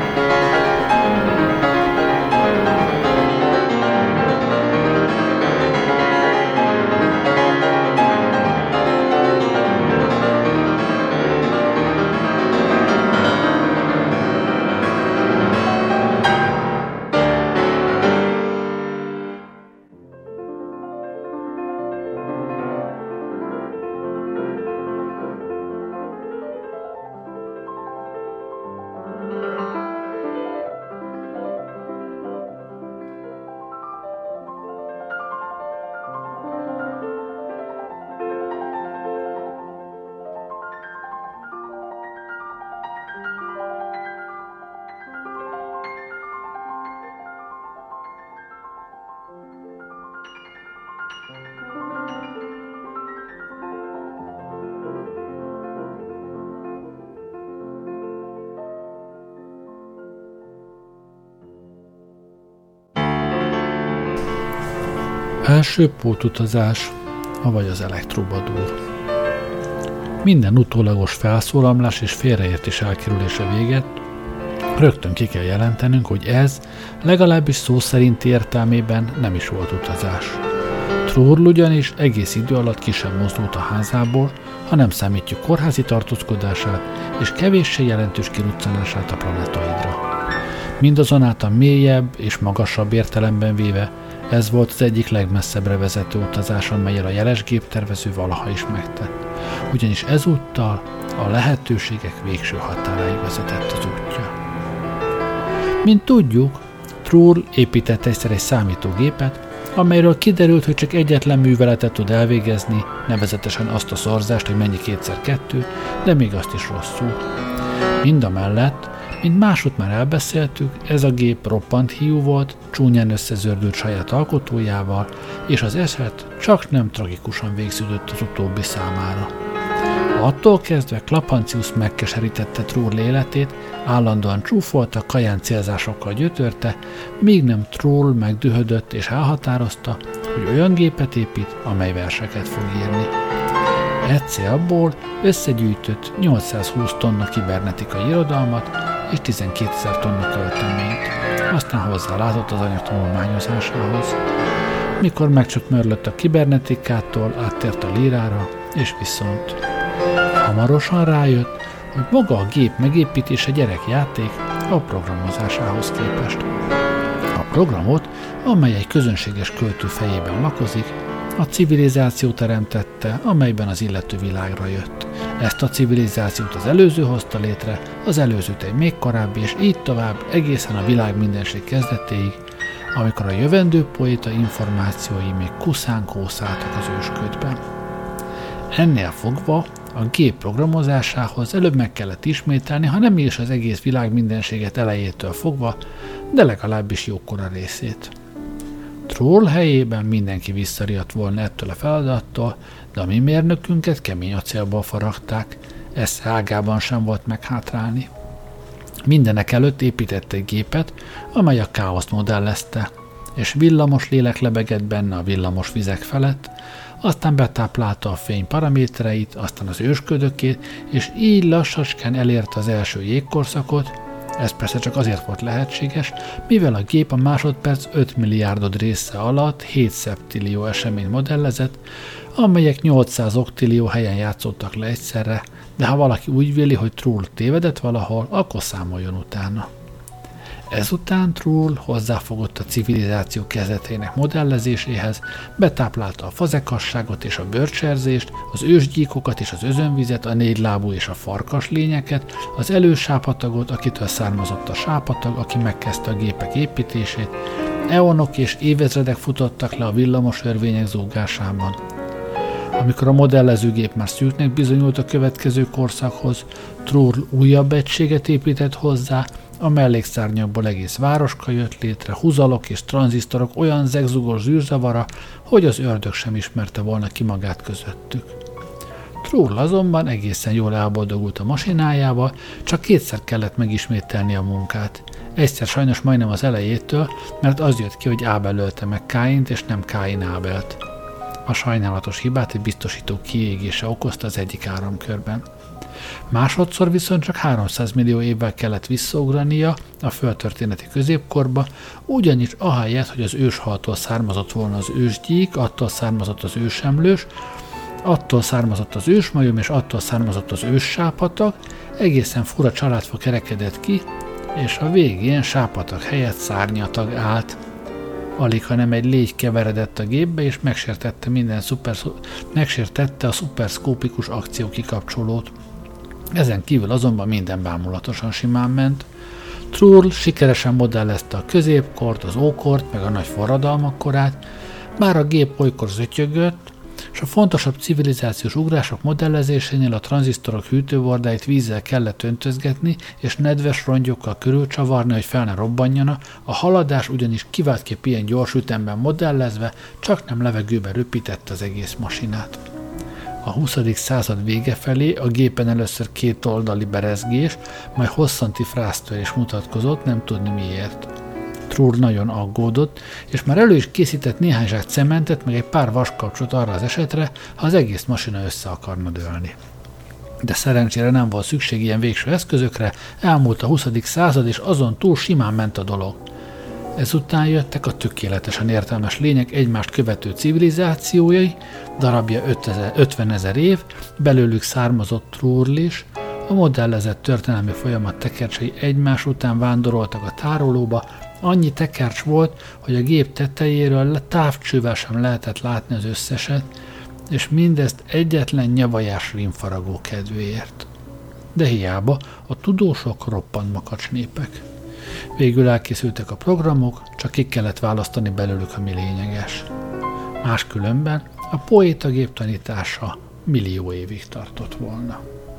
Első pótutazás, avagy az elektrobadúr. Minden utólagos felszólalás és félreértés elkerülése véget rögtön ki kell jelentenünk, hogy ez legalábbis szó szerinti értelmében nem is volt utazás. Trúrl ugyanis egész idő alatt ki sem mozdult a házából, ha nem számítjuk kórházi tartózkodását és kevéssé jelentős kiruccanását a planetoidra. Mindazonáltal mélyebb és magasabb értelemben véve ez volt az egyik legmesszebbre vezető utazás, amellyel a jeles géptervező valaha is megtett, ugyanis ezúttal a lehetőségek végső határáig vezetett az útja. Mint tudjuk, Trúrl épített egyszer egy számítógépet, amelyről kiderült, hogy csak egyetlen műveletet tud elvégezni, nevezetesen azt a szorzást, hogy mennyi kétszer kettő, de még azt is rosszul. Mindamellett, mint másút már elbeszéltük, ez a gép roppant hiú volt, csúnyán összezördült saját alkotójával, és az eset csak nem tragikusan végződött az utóbbi számára. Attól kezdve Klapancius megkeserítette Trúrl életét, állandóan csúfolta, kaján célzásokkal gyötörte, míg nem Trúrl megdühödött és elhatározta, hogy olyan gépet épít, amely verseket fog írni. Egy célból összegyűjtött nyolcszázhúsz tonna kibernetikai irodalmat és tizenkétezer tonna költeményt. Aztán hozzálátott az anyag tanulmányozásához. Mikor megcsökmörlött a kibernetikától, áttért a lírára, és viszont hamarosan rájött, hogy maga a gép megépítése gyerekjáték a programozásához képest. A programot, amely egy közönséges költő fejében lakozik, a civilizáció teremtette, amelyben az illető világra jött. Ezt a civilizációt az előző hozta létre, az előzőt egy még korábbi, és így tovább egészen a világ mindenség kezdetéig, amikor a jövendő poéta információi még kuszán kószáltak az ősködben. Ennél fogva a gép programozásához előbb meg kellett ismételni, ha nem is az egész világ mindenséget elejétől fogva, de legalábbis jókora részét. Trull helyében mindenki visszariadt volna ettől a feladattól, de a mi mérnökünket kemény acélból faragták, esze ágában sem volt meghátrálni. Mindenek előtt épített egy gépet, amely a káoszt modellezte, és villamos lélek lebegett benne a villamos vizek felett, aztán betáplálta a fény paramétereit, aztán az ősködökét, és így lassacskán elérte az első jégkorszakot. Ez persze csak azért volt lehetséges, mivel a gép a másodperc öt milliárdod része alatt hét szeptillió eseményt modellezett, amelyek nyolcszáz oktillió helyen játszottak le egyszerre, de ha valaki úgy véli, hogy Trull tévedett valahol, akkor számoljon utána. Ezután Trull hozzáfogott a civilizáció kezdetének modellezéséhez, betáplálta a fazekasságot és a bőrcserzést, az ősgyíkokat és az özönvizet, a négylábú és a farkas lényeket, az elősápatagot, akitől származott a sápatag, aki megkezdte a gépek építését, eonok és évezredek futottak le a villamos örvények zúgásában. Amikor a modellezőgép már szűknek bizonyult a következő korszakhoz, Trull újabb egységet épített hozzá, a mellékszárnyakból egész városka jött létre, húzalok és tranzisztorok olyan zegzugos zűrzavara, hogy az ördög sem ismerte volna ki magát közöttük. Trull azonban egészen jól elboldogult a masinájával, csak kétszer kellett megismételni a munkát. Egyszer sajnos majdnem az elejétől, mert az jött ki, hogy Ábel ölte meg Káint, és nem Káin Ábelt. A sajnálatos hibát egy biztosító kiégése okozta az egyik áramkörben. Másodszor viszont csak háromszáz millió évvel kellett visszaugrania a földtörténeti középkorba, ugyanis ahelyett, hogy az őshaltól származott volna az ősgyík, attól származott az ősemlős, attól származott az ősmajom, és attól származott az őssápatag, egészen fura családfa kerekedett ki, és a végén sápatag helyett szárnyatag állt. Alig, hanem egy légy keveredett a gépbe, és megsértette, minden szuper, megsértette a szuperszkópikus akciókikapcsolót. Ezen kívül azonban minden bámulatosan simán ment. Trull sikeresen modellezte a középkort, az ókort, meg a nagy forradalmak korát, bár a gép olykor zötyögött, és a fontosabb civilizációs ugrások modellezésénél a tranzisztorok hűtőbordáit vízzel kellett öntözgetni, és nedves rongyokkal körülcsavarni, hogy fel ne robbanjana, a haladás ugyanis kiváltképp ilyen gyors ütemben modellezve csak nem levegőbe röpítette az egész masinát. A huszadik század vége felé a gépen először két oldali berezgés, majd hosszanti fráztörés mutatkozott, nem tudni miért. Trull nagyon aggódott, és már elő is készített néhány zsák cementet, meg egy pár vaskapcsot arra az esetre, ha az egész masina össze akarna dőlni. De szerencsére nem volt szükség ilyen végső eszközökre, elmúlt a huszadik század, és azon túl simán ment a dolog. Ezután jöttek a tökéletesen értelmes lények egymást követő civilizációi, darabja ötvenezer év, belőlük származott Trull is, a modellezett történelmi folyamat tekercsei egymás után vándoroltak a tárolóba, annyi tekercs volt, hogy a gép tetejéről távcsővel sem lehetett látni az összeset, és mindezt egyetlen nyavajás rímfaragó kedvéért. De hiába, a tudósok roppant makacs népek. Végül elkészültek a programok, csak ki kellett választani belőlük, ami lényeges. Máskülönben a poétagép tanítása millió évig tartott volna.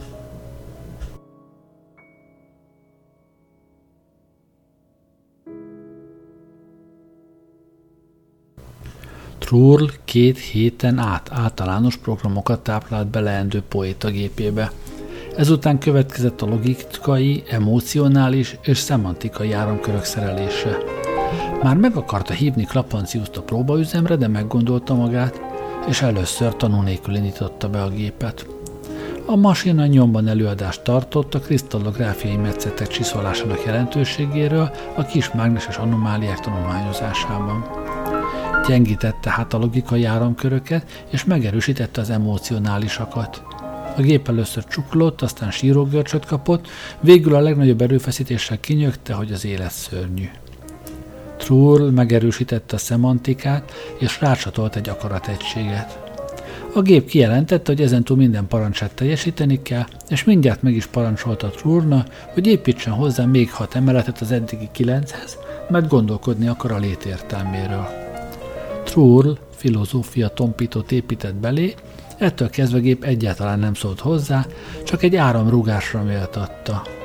Trull két héten át általános programokat táplált be leendő poétagépébe. Ezután következett a logikai, emocionális és szemantikai áramkörök szerelése. Már meg akarta hívni Klapanciuszt a próbaüzemre, de meggondolta magát, és először tanú nélkül indította be a gépet. A masina nyomban előadást tartott a krisztallográfiai metszetek csiszolásának jelentőségéről a kis mágneses anomáliák tanulmányozásában. Gyengítette hát a logikai áramköröket, és megerősítette az emocionálisakat. A gép először csuklott, aztán sírógörcsöt kapott, végül a legnagyobb erőfeszítéssel kinyögte, hogy az élet szörnyű. Trull megerősítette a szemantikát, és rácsatolt egy akarategységet. A gép kijelentette, hogy ezentúl minden parancsát teljesíteni kell, és mindjárt meg is parancsolta Trullna, hogy építsen hozzá még hat emeletet az eddigi kilenchez, mert gondolkodni akar a lét értelméről. Trull filozófia tompítót épített belé, ettől kezdve a gép egyáltalán nem szólt hozzá, csak egy áramrúgásra méltatta.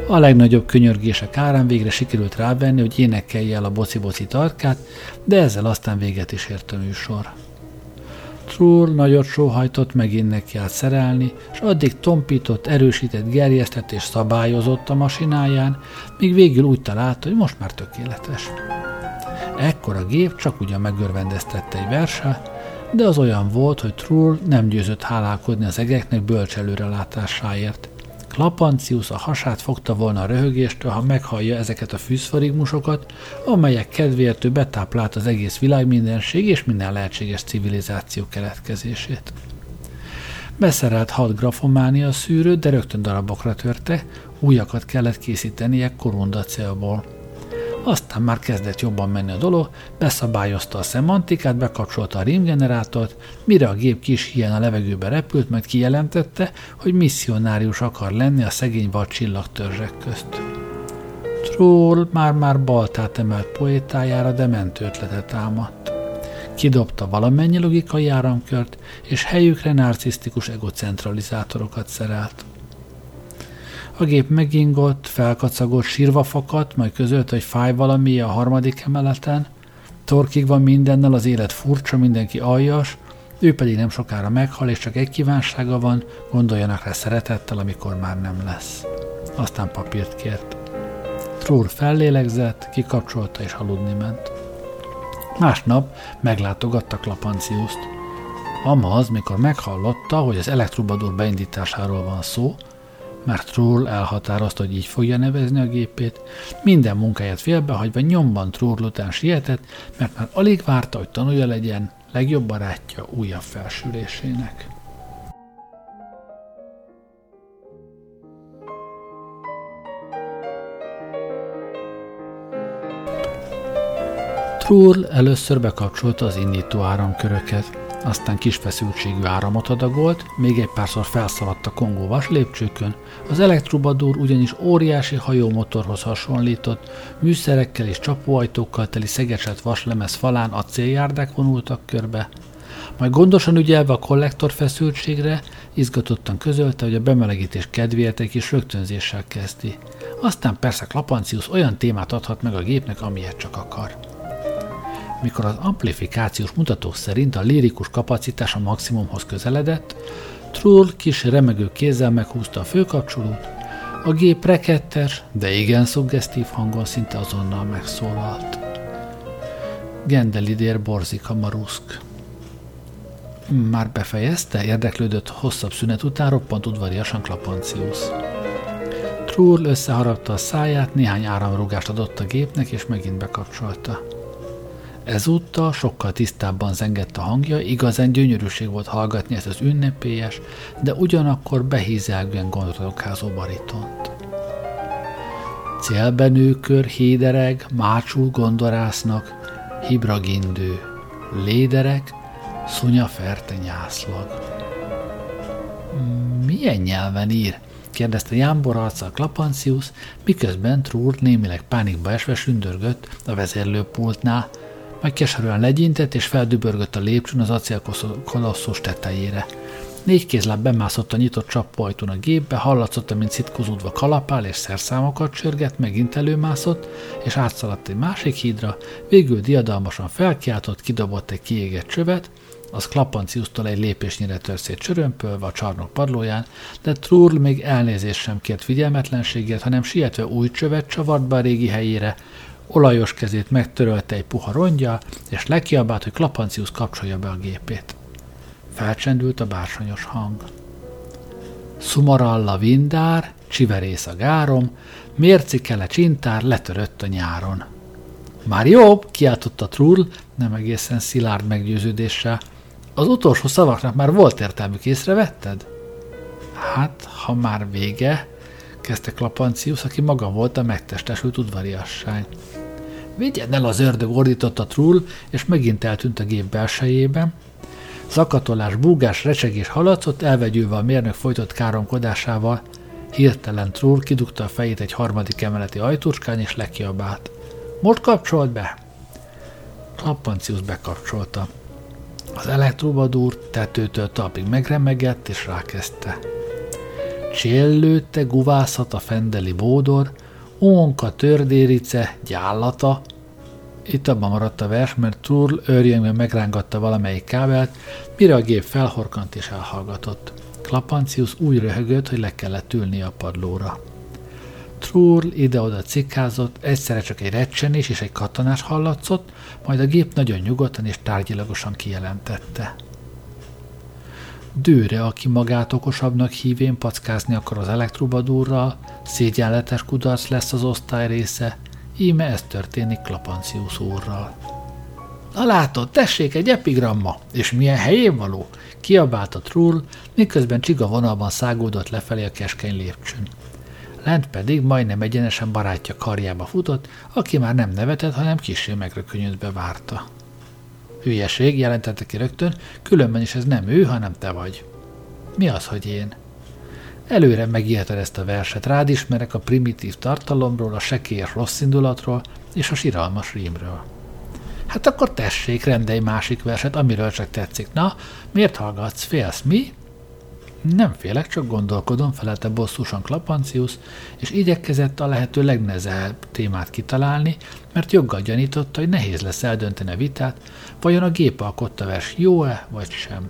A legnagyobb könyörgések árán végre sikerült rávenni, hogy énekelje el a boci-boci tarkát, de ezzel aztán véget is ért a műsor. Trull nagyot sóhajtott, megint neki állt szerelni, és addig tompított, erősített, gerjesztett és szabályozott a masináján, míg végül úgy találta, hogy most már tökéletes. Ekkor a gép csak ugyan megörvendeztette egy verse, de az olyan volt, hogy Trull nem győzött hálálkodni az egeknek bölcs előrelátásáért. Klapancius a hasát fogta volna a röhögéstől, ha meghallja ezeket a fűzfarigmusokat, amelyek kedvéért ő betáplált az egész világ mindenség és minden lehetséges civilizáció keletkezését. Beszerelt hat grafománia szűrőt, de rögtön darabokra törte, újakat kellett készítenie korundacélból. Aztán már kezdett jobban menni a dolog, beszabályozta a szemantikát, bekapcsolta a rímgenerátort, mire a gép kis híján a levegőbe repült, majd kijelentette, hogy misszionárius akar lenni a szegény vad csillagtörzsek közt. Trull már-már baltát emelt poétájára, de mentő ötletet támadt. Kidobta valamennyi logikai áramkört, és helyükre narcisztikus egocentralizátorokat szerelt. A gép megingott, felkacagott, sírva fakadt, majd közölte, hogy fáj valami a harmadik emeleten. Torkig van mindennel, az élet furcsa, mindenki aljas, ő pedig nem sokára meghal, és csak egy kívánsága van, gondoljanak rá szeretettel, amikor már nem lesz. Aztán papírt kért. Trull fellélegzett, kikapcsolta és aludni ment. Másnap meglátogatta Klapanciuszt. Amaz, mikor meghallotta, hogy az elektrobadur beindításáról van szó, mert Trull elhatározta, hogy így fogja nevezni a gépét, minden munkáját félbehagyva nyomban Trull után sietett, mert már alig várta, hogy tanulja legyen legjobb barátja újabb felsülésének. Trull először bekapcsolta az indító áramköröket, aztán kis feszültségű áramot adagolt, még egy párszor felszaladt a kongó vaslépcsőkön, az elektrobadur ugyanis óriási hajómotorhoz hasonlított, műszerekkel és csapóajtókkal teli szegecselt vaslemez falán acéljárdák vonultak körbe, majd gondosan ügyelve a kollektor feszültségre, izgatottan közölte, hogy a bemelegítés kedvéért egy kis rögtönzéssel kezdi. Aztán persze Klapancius olyan témát adhat meg a gépnek, amilyet csak akar. Mikor az amplifikációs mutatók szerint a lirikus kapacitás a maximumhoz közeledett, Trull kis remegő kézzel meghúzta a főkapcsolót, a gép rekettes, de igen szuggesztív hangon szinte azonnal megszólalt. Gendelidér Borzika Maruszk. Már befejezte? Érdeklődött hosszabb szünet után roppant udvariasan Klapancius. Trull összeharapta a száját, néhány áramrúgást adott a gépnek, és megint bekapcsolta. Ezúttal sokkal tisztábban zengett a hangja, igazán gyönyörűség volt hallgatni ezt az ünnepélyes, de ugyanakkor behízelgően gondolkodókázó baritont. Célbenőkör, hédereg, mácsul gondolásznak, hibragindő, léderek, szunya ferte nyászlag. Milyen nyelven ír? Kérdezte jámbor arccal Klapancius, miközben Trull némileg pánikba esve sündörgött a vezérlőpultnál, majd keserűen legyintett és feldübörgött a lépcsőn az acélkolosszus tetejére. Négy kézláb bemászott a nyitott csapóajtón a gépbe, hallatszott, amint szitkozódva kalapál és szerszámokat csörgett, megint előmászott, és átszaladt egy másik hídra, végül diadalmasan felkiáltott, kidobott egy kiégett csövet, az Klapanciustól egy lépésnyire tört szét csörömpölve a csarnok padlóján, de Trull még elnézést sem kért figyelmetlenségért, hanem sietve új csövet csavart be a régi helyére, olajos kezét megtörölte egy puha rongyal, és lekiabált, hogy Klapancius kapcsolja be a gépét. Felcsendült a bársonyos hang. Szumaralla vindár, csiverész a gárom, mércikele csintár letörött a nyáron. Már jobb, kiáltotta Trull, nem egészen szilárd meggyőződéssel. Az utolsó szavaknak már volt értelmük, észrevetted? Hát, ha már vége, kezdte Klapancius, aki maga volt a megtestesült udvariasság. Vigyen el az ördög, ordította Trull, és megint eltűnt a gép belsejében. Zakatolás, búgás, recsegés hallatszott, elvegyülve a mérnök folytott káromkodásával. Hirtelen Trull kidugta a fejét egy harmadik emeleti ajtócskán, és lekiabált. Most kapcsolt be! Klapancius bekapcsolta. Az elektrobadur tetőtől talpig megremegett, és rákezdte. Csillőtte guvászat a fendeli bódor, ónka tördérice, gyállata. Itt abban maradt a vers, mert Trull őrjöngben megrángatta valamelyik kábelt, mire a gép felhorkant és elhallgatott. Klapancius úgy röhögött, hogy le kellett ülni a padlóra. Trull ide-oda cikkázott, egyszerre csak egy recsenés és egy kattanás hallatszott, majd a gép nagyon nyugodtan és tárgyilagosan kijelentette. Dőre, aki magát okosabbnak hívén packázni akar az elektrobadúrral, szégyenletes kudarc lesz az osztály része, íme ez történik Klapancius úrral. Na látod, tessék, egy epigramma, és milyen helyén való, kiabálta Trull, miközben csiga vonalban szágódott lefelé a keskeny lépcsőn. Lent pedig majdnem egyenesen barátja karjába futott, aki már nem nevetett, hanem kissé megrökönyödve várta. Hülyeség, jelentette ki rögtön, különben is ez nem ő, hanem te vagy. Mi az, hogy én? Előre megijedted ezt a verset, rád ismerek a primitív tartalomról, a sekélyes rossz indulatról és a siralmas rímről. Hát akkor tessék, rendelj másik verset, amiről csak tetszik. Na, miért hallgatsz? Félsz, mi? Nem félek, csak gondolkodom, felelte bosszúsan Klapancius, és igyekezett a lehető legnehezebb témát kitalálni, mert joggal gyanította, hogy nehéz lesz eldönteni a vitát, vajon a gép alkotta vers jó-e, vagy sem.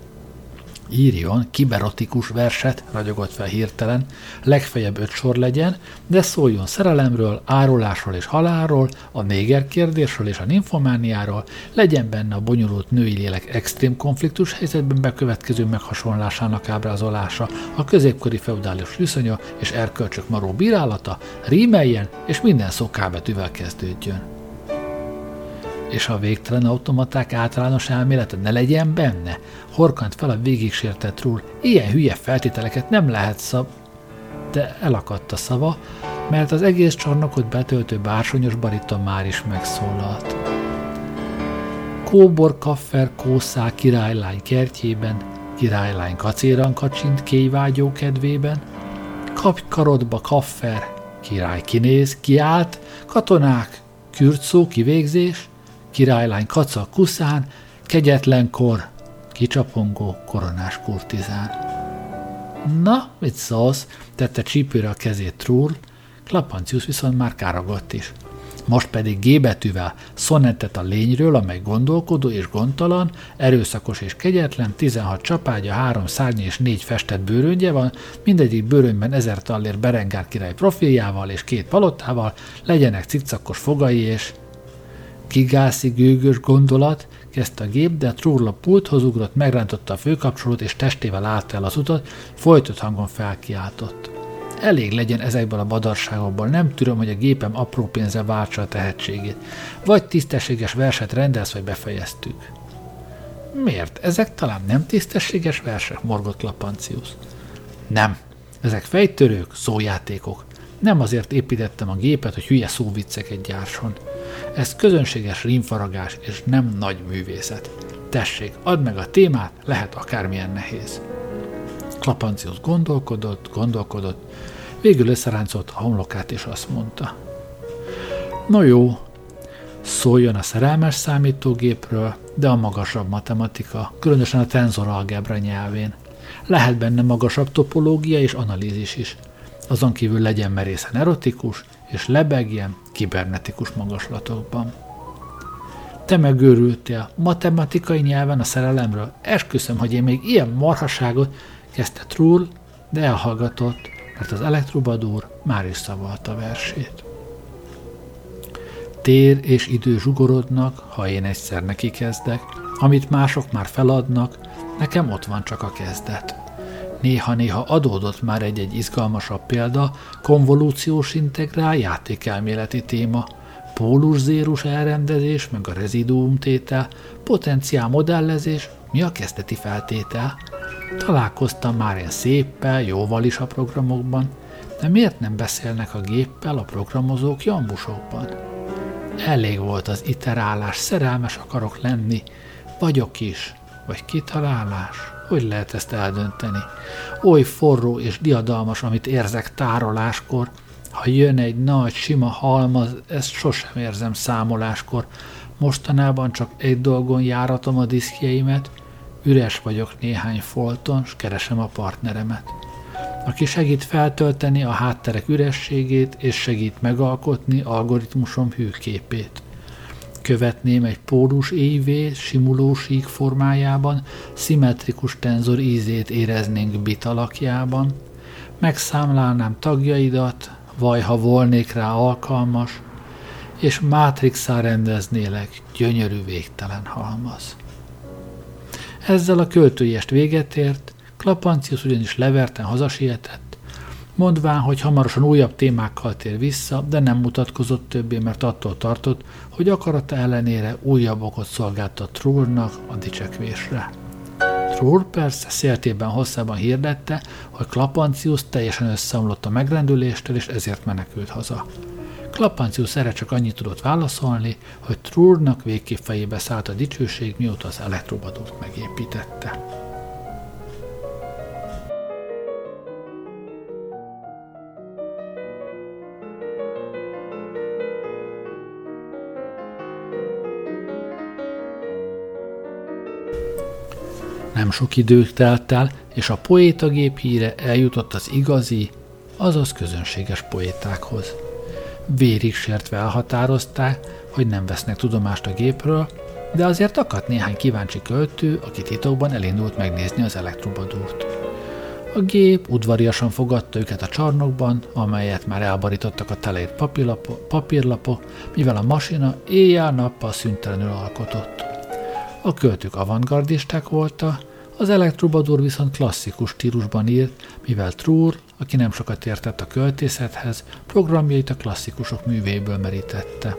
Írjon kiberotikus verset, ragyogott fel hirtelen, legfeljebb öt sor legyen, de szóljon szerelemről, árulásról és halálról, a néger kérdésről és a nymfomániáról, legyen benne a bonyolult női lélek extrém konfliktus helyzetben bekövetkező meghasonlásának ábrázolása, a középkori feudális viszonya és erkölcsök maró bírálata, rímeljen és minden szó K-betűvel kezdődjön. És a végtelen automaták általános elmélete ne legyen benne? Horkant fel a végig sértett Trull. Ilyen hülye feltételeket nem lehet szab... De elakadt a szava, mert az egész csarnokot betöltő bársonyos bariton már is megszólalt. Kóbor kaffer kószál királylány kertjében, királylány kacéran kacsint kéjvágyó kedvében, kapj karodba kaffer, király kinéz, kiállt, katonák, kürtszó kivégzés, királylány kaca kuszán, kegyetlenkor, kicsapongó koronás kurtizán. Na, mit szólsz? Tette csípőre a kezét Trull, Klapancius viszont már károgott is. Most pedig G betűvel szonettet a lényről, amely gondolkodó és gondtalan, erőszakos és kegyetlen, tizenhat csapágya, három szárnya és négy festett bőröngye van, mindegyik bőrönyben ezer tallér Berengár király profiljával és két palotával, legyenek cikcakos fogai és... Kigászi gőgös gondolat, kezdte a gép, de Trull a pulthoz ugrott, megrántotta a főkapcsolót, és testével állta el az utat, folytott hangon felkiáltott. Elég legyen ezekből a badarságokból, nem tudom, hogy a gépem apró pénzzel váltsa a tehetségét. Vagy tisztességes verset rendelsz, vagy befejeztük. Miért? Ezek talán nem tisztességes versek, morgott Klapancius. Nem. Ezek fejtörők, szójátékok. Nem azért építettem a gépet, hogy hülye szóvicceket gyárson. Ez közönséges rímfaragás, és nem nagy művészet. Tessék, add meg a témát, lehet akármilyen nehéz. Klapancius gondolkodott, gondolkodott, végül összeráncolta a homlokát, és azt mondta. No jó, szóljon a szerelmes számítógépről, de a magasabb matematika, különösen a tenzoralgebra nyelvén. Lehet benne magasabb topológia és analízis is. Azon kívül legyen merészen erotikus, és lebegjen kibernetikus magaslatokban. Te megőrültél matematikai nyelven a szerelemről? Esküszöm, hogy én még ilyen marhaságot, kezdte Trull, de elhallgatott, mert az elektrobadúr már is szavalta versét. Tér és idő zsugorodnak, ha én egyszer neki kezdek, amit mások már feladnak, nekem ott van csak a kezdet. Néha-néha adódott már egy-egy izgalmasabb példa, konvolúciós integrál, játékelméleti téma, pólusz-zérus elrendezés, meg a reziduumtétel, potenciál modellezés, mi a kezdeti feltétel. Találkoztam már én széppel, jóval is a programokban, de miért nem beszélnek a géppel a programozók jambusokban? Elég volt az iterálás, szerelmes akarok lenni, vagyok is, vagy kitalálás. Hogy lehet ezt eldönteni? Oly forró és diadalmas, amit érzek tároláskor. Ha jön egy nagy, sima halmaz, ezt sosem érzem számoláskor. Mostanában csak egy dolgon járatom a diszkjeimet, üres vagyok néhány folton, s keresem a partneremet. aki segít feltölteni a hátterek ürességét és segít megalkotni algoritmusom hűképét. Követném egy pórus éjvé simulósík formájában, szimmetrikus tenzor ízét éreznénk bit alakjában, megszámlálnám tagjaidat, vaj, ha volnék rá alkalmas, és mátrixá rendeznélek, gyönyörű végtelen halmaz. Ezzel a költői est véget ért, Klapancius ugyanis leverten hazasietett, mondván, hogy hamarosan újabb témákkal tér vissza, de nem mutatkozott többé, mert attól tartott, hogy akarata ellenére újabb okot szolgáltat Trúrnak a dicsekvésre. Trúr persze széltében hosszában hirdette, hogy Klapancius teljesen összeomlott a megrendüléstől, és ezért menekült haza. Klapancius erre csak annyit tudott válaszolni, hogy Trúrnak végképp fejébe szállt a dicsőség, mióta az elektrobadurt megépítette. Nem sok idő telt el, és a poétagép híre eljutott az igazi, azaz közönséges poétákhoz. Vérig sértve elhatározták, hogy nem vesznek tudomást a gépről, de azért akadt néhány kíváncsi költő, aki titokban elindult megnézni az elektrobadurt. A gép udvariasan fogadta őket a csarnokban, amelyet már elbarítottak a teleírt papírlapok, papírlapok, mivel a masina éjjel-nappal szüntelenül alkotott. A költők avantgardisták voltak, az elektrobadur viszont klasszikus stílusban írt, mivel Trúr, aki nem sokat értett a költészethez, programjait a klasszikusok művéből merítette.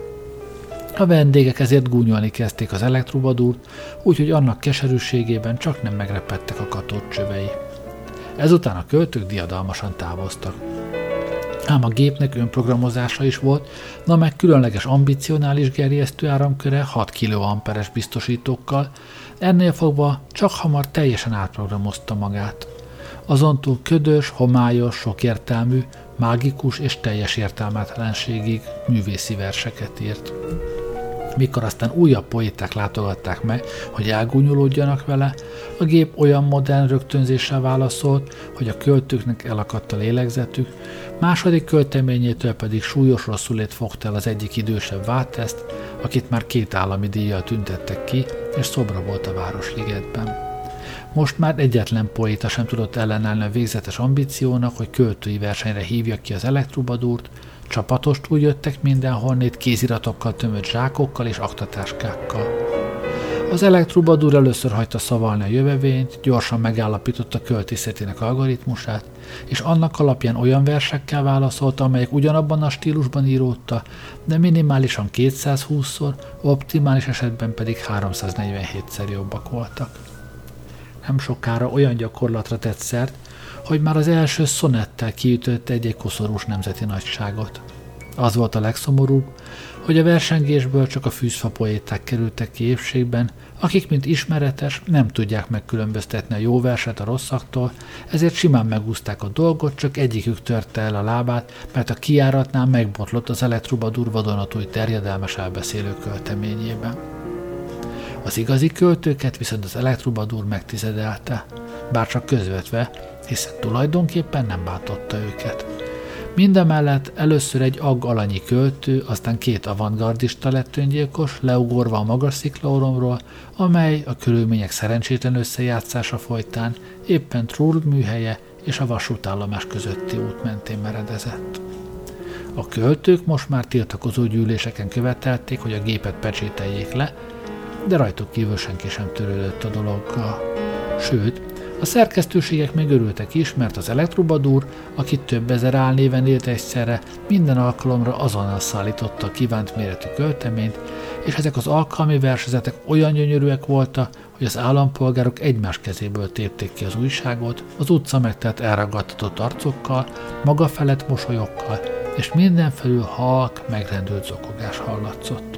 A vendégek ezért gúnyolni kezdték az elektrobadurt, úgyhogy annak keserűségében csak nem megrepedtek a katódcsövei. Ezután a költők diadalmasan távoztak. Ám a gépnek önprogramozása is volt, na meg különleges ambicionális gerjesztő áramköre hat kiloamperes biztosítókkal, ennél fogva csak hamar teljesen átprogramozta magát. Azontúl ködös, homályos, sokértelmű, mágikus és teljes értelmetlenségig művészi verseket írt. Mikor aztán újabb poéták látogatták meg, hogy elgúnyolódjanak vele, a gép olyan modern rögtönzéssel válaszolt, hogy a költőknek elakadt a lélegzetük, második költeményétől pedig súlyos rosszulét fogta el az egyik idősebb Váteszt, akit már két állami díjjal tüntettek ki, és szobra volt a Városligetben. Most már egyetlen poéta sem tudott ellenállni a végzetes ambíciónak, hogy költői versenyre hívja ki az elektrobadurt, csapatostul jöttek mindenhonnét kéziratokkal tömött zsákokkal és aktatáskákkal. Az elektrobadur először hagyta szavalni a jövevényt, gyorsan megállapította költészetének algoritmusát, és annak alapján olyan versekkel válaszolta, amelyek ugyanabban a stílusban íródta, de minimálisan kétszázhúszszor, optimális esetben pedig háromszáznegyvenhétszer jobbak voltak. Nem sokára olyan gyakorlatra tett szert, hogy már az első szonettel kiütötte egy-egy koszorús nemzeti nagyságot. Az volt a legszomorúbb, hogy a versengésből csak a fűzfa poéták kerültek ki épségben, akik, mint ismeretes, nem tudják megkülönböztetni a jó verset a rosszaktól, ezért simán megúszták a dolgot, csak egyikük törte el a lábát, mert a kijáratnál megbotlott az elektrobadur vadonatúj terjedelmes elbeszélő költeményében. Az igazi költőket viszont az elektrobadur megtizedelte, bár csak közvetve, hiszen tulajdonképpen nem bántotta őket. Mindemellett először egy agg alanyi költő, aztán két avantgardista lett öngyilkos, leugorva a magas sziklaoromról, amely a körülmények szerencsétlen összejátszása folytán éppen Trúr műhelye és a vasútállomás közötti út mentén meredezett. A költők most már tiltakozó gyűléseken követelték, hogy a gépet pecsételjék le, de rajtuk kívül senki sem törődött a dologgal. Sőt, a szerkesztőségek még örültek is, mert az elektrobadur, aki több ezer álnéven élt egyszerre, minden alkalomra azonnal szállította a kívánt méretű költeményt, és ezek az alkalmi versezetek olyan gyönyörűek voltak, hogy az állampolgárok egymás kezéből tépték ki az újságot, az utca megtelt elragadtatott arcokkal, maga felett mosolyokkal, és mindenfelül halk, megrendült zokogás hallatszott.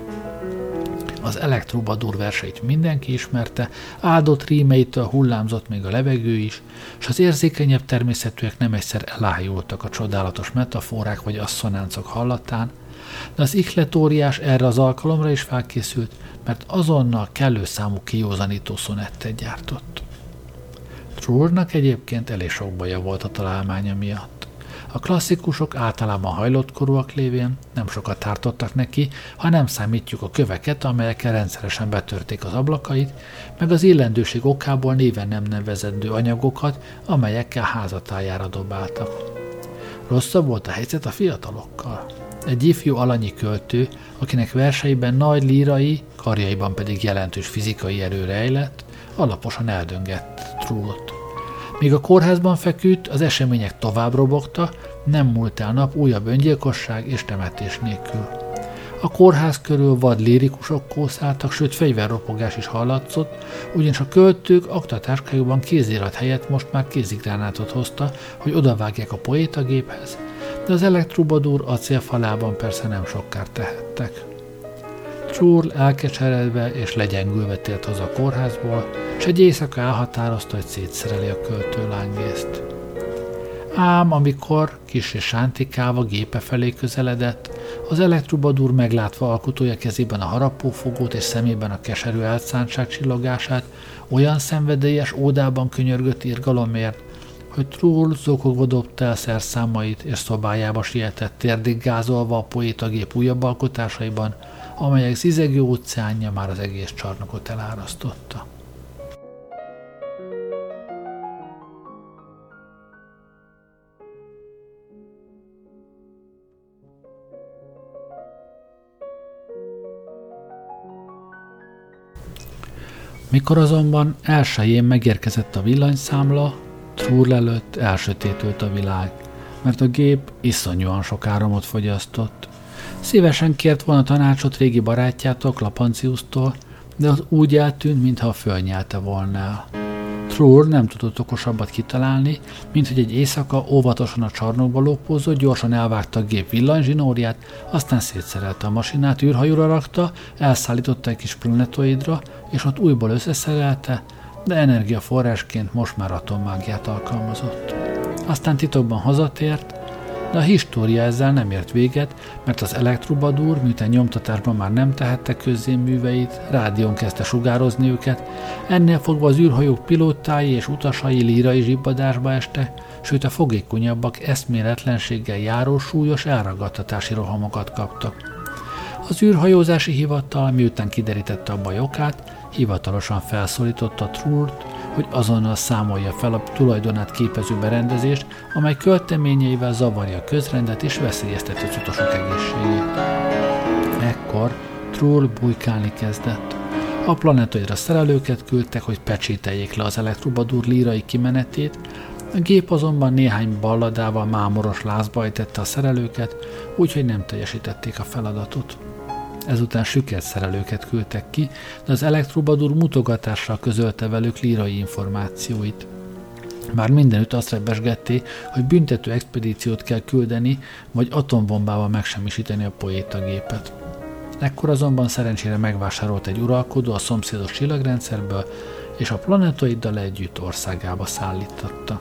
Az elektrobadur verseit mindenki ismerte, áldott rímeitől hullámzott még a levegő is, és az érzékenyebb természetűek nem egyszer elájultak a csodálatos metaforák vagy asszonáncok hallatán, de az ihletóriás erre az alkalomra is felkészült, mert azonnal kellő számú kijózanító szonettet gyártott. Trullnak egyébként elég sok baja volt a találmánya miatt. A klasszikusok általában hajlottkorúak lévén nem sokat tártottak neki, ha nem számítjuk a köveket, amelyekkel rendszeresen betörték az ablakait, meg az illendőség okából néven nem nevezendő anyagokat, amelyekkel házatájára dobáltak. Rosszabb volt a helyzet a fiatalokkal. Egy ifjú alanyi költő, akinek verseiben nagy lírai, karjaiban pedig jelentős fizikai erő rejlett, alaposan eldöngett Trullt. Míg a kórházban feküdt, az események tovább robogta, nem múlt el nap újabb öngyilkosság és temetés nélkül. A kórház körül vad lirikusok kószáltak, sőt fegyverropogás is hallatszott, ugyanis a költők aktatáskájukban kézirat helyett most már kézigránátot hozta, hogy odavágják a poétagéphez, de az elektrobadúr acélfalában persze nem sok kárt tehettek. Trull elkeseredve és legyengülve tért haza a kórházból, s egy éjszaka elhatározta, hogy szétszereli a költő lángészt. Ám amikor kis és sántikálva gépe felé közeledett, az elektrobadúr meglátva alkotója kezében a harapófogót és szemében a keserű elszántság csillogását, olyan szenvedélyes ódában könyörgött irgalomért, hogy Trull zokogva dobta el szerszámait és szobájába sietett, térdig gázolva a poétagép újabb alkotásaiban, amelyek zizegő óceánja már az egész csarnokot elárasztotta. Mikor azonban elsőjén megérkezett a villanyszámla, Trull előtt elsötétült a világ, mert a gép iszonyúan sok áramot fogyasztott. Szívesen kért volna tanácsot régi barátjától, Klapanciusztól, de az úgy eltűnt, mintha fölnyelte volna el. Trull nem tudott okosabbat kitalálni, mint hogy egy éjszaka óvatosan a csarnokba lópózott, gyorsan elvágta a gép villanyzsinórját, aztán szétszerelte a masinát, űrhajóra rakta, elszállította egy kis planetoidra, és ott újból összeszerelte, de energiaforrásként most már atommágiát alkalmazott. Aztán titokban hazatért, de a história ezzel nem ért véget, mert az elektrobadúr, miután nyomtatásban már nem tehette közzé műveit, rádión kezdte sugározni őket, ennél fogva az űrhajók pilótái és utasai lírai zsibbadásba estek, sőt a fogékonyabbak eszméletlenséggel járó súlyos elragadtatási rohamokat kaptak. Az űrhajózási hivatal, miután kiderítette a baj okát, hivatalosan felszólította Trullt, hogy azonnal számolja fel a tulajdonát képező berendezést, amely költeményeivel zavarja a közrendet és veszélyezteti az utasok egészségét. Ekkor Trull bujkálni kezdett. A planetoidra szerelőket küldtek, hogy pecsételjék le az elektrobadúr lírai kimenetét, a gép azonban néhány balladával mámoros lázba ejtette a szerelőket, úgyhogy nem teljesítették a feladatot. Ezután süket szerelőket küldtek ki, de az elektrobadúr mutogatással közölte velük lírai információit. Már mindenütt azt rebesgették, hogy büntető expedíciót kell küldeni, vagy atombombával megsemmisíteni a poétagépet. Ekkor azonban szerencsére megvásárolt egy uralkodó a szomszédos csillagrendszerből, és a planetoiddal együtt országába szállította.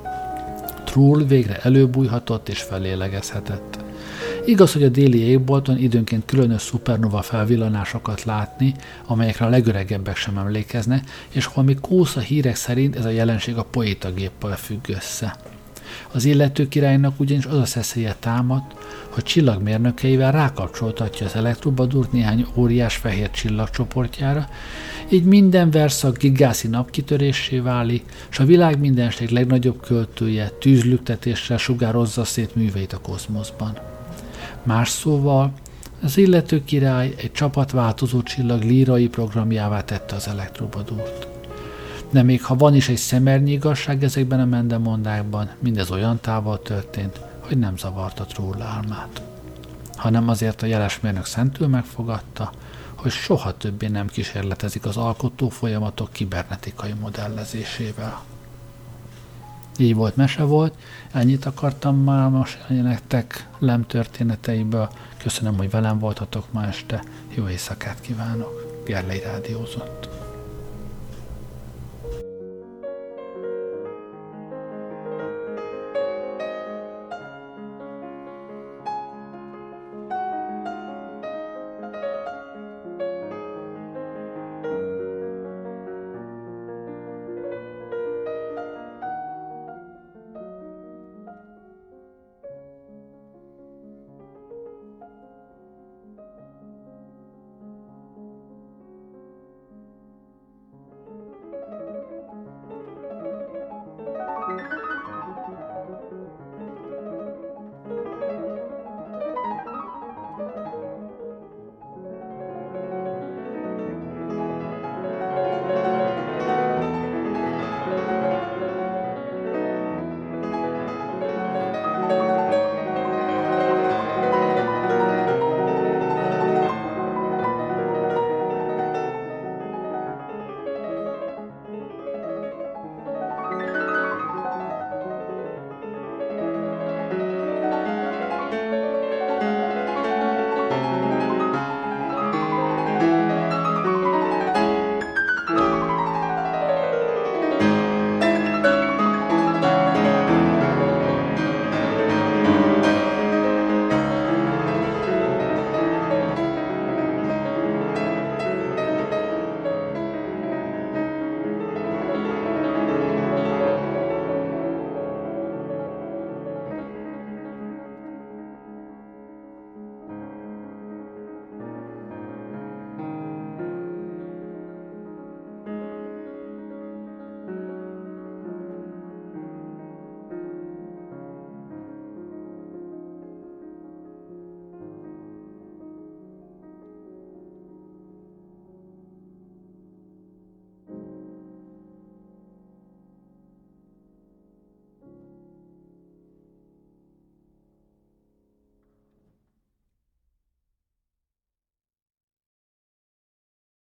Trull végre előbújhatott és felélegezhetett. Igaz, hogy a déli égbolton időnként különös szupernova felvillanásokat látni, amelyekre a legöregebbek sem emlékezne, és holmi kósza hírek szerint ez a jelenség a poétagéppel függ össze. Az illető királynak ugyanis az a szeszélye támadt, hogy csillagmérnökeivel rákapcsoltatja az elektrobadúrt néhány óriás fehér csillagcsoportjára, így minden verszak gigászi napkitöréssé válik, s a világ mindenség legnagyobb költője tűzlüktetéssel sugározza szét műveit a kozmoszban. Más szóval, az illető király egy csapatváltozó csillag lírai programjává tette az elektrobadúrt. De még ha van is egy szemernyi igazság ezekben a mendemondákban, mindez olyan távol történt, hogy nem zavarta Trull álmát. Hanem azért a jeles mérnök szentül megfogadta, hogy soha többé nem kísérletezik az alkotó folyamatok kibernetikai modellezésével. Így volt, mese volt, ennyit akartam már most nektek Lem történeteiből. Köszönöm, hogy velem voltatok ma este, jó éjszakát kívánok, Gerlei rádiózott.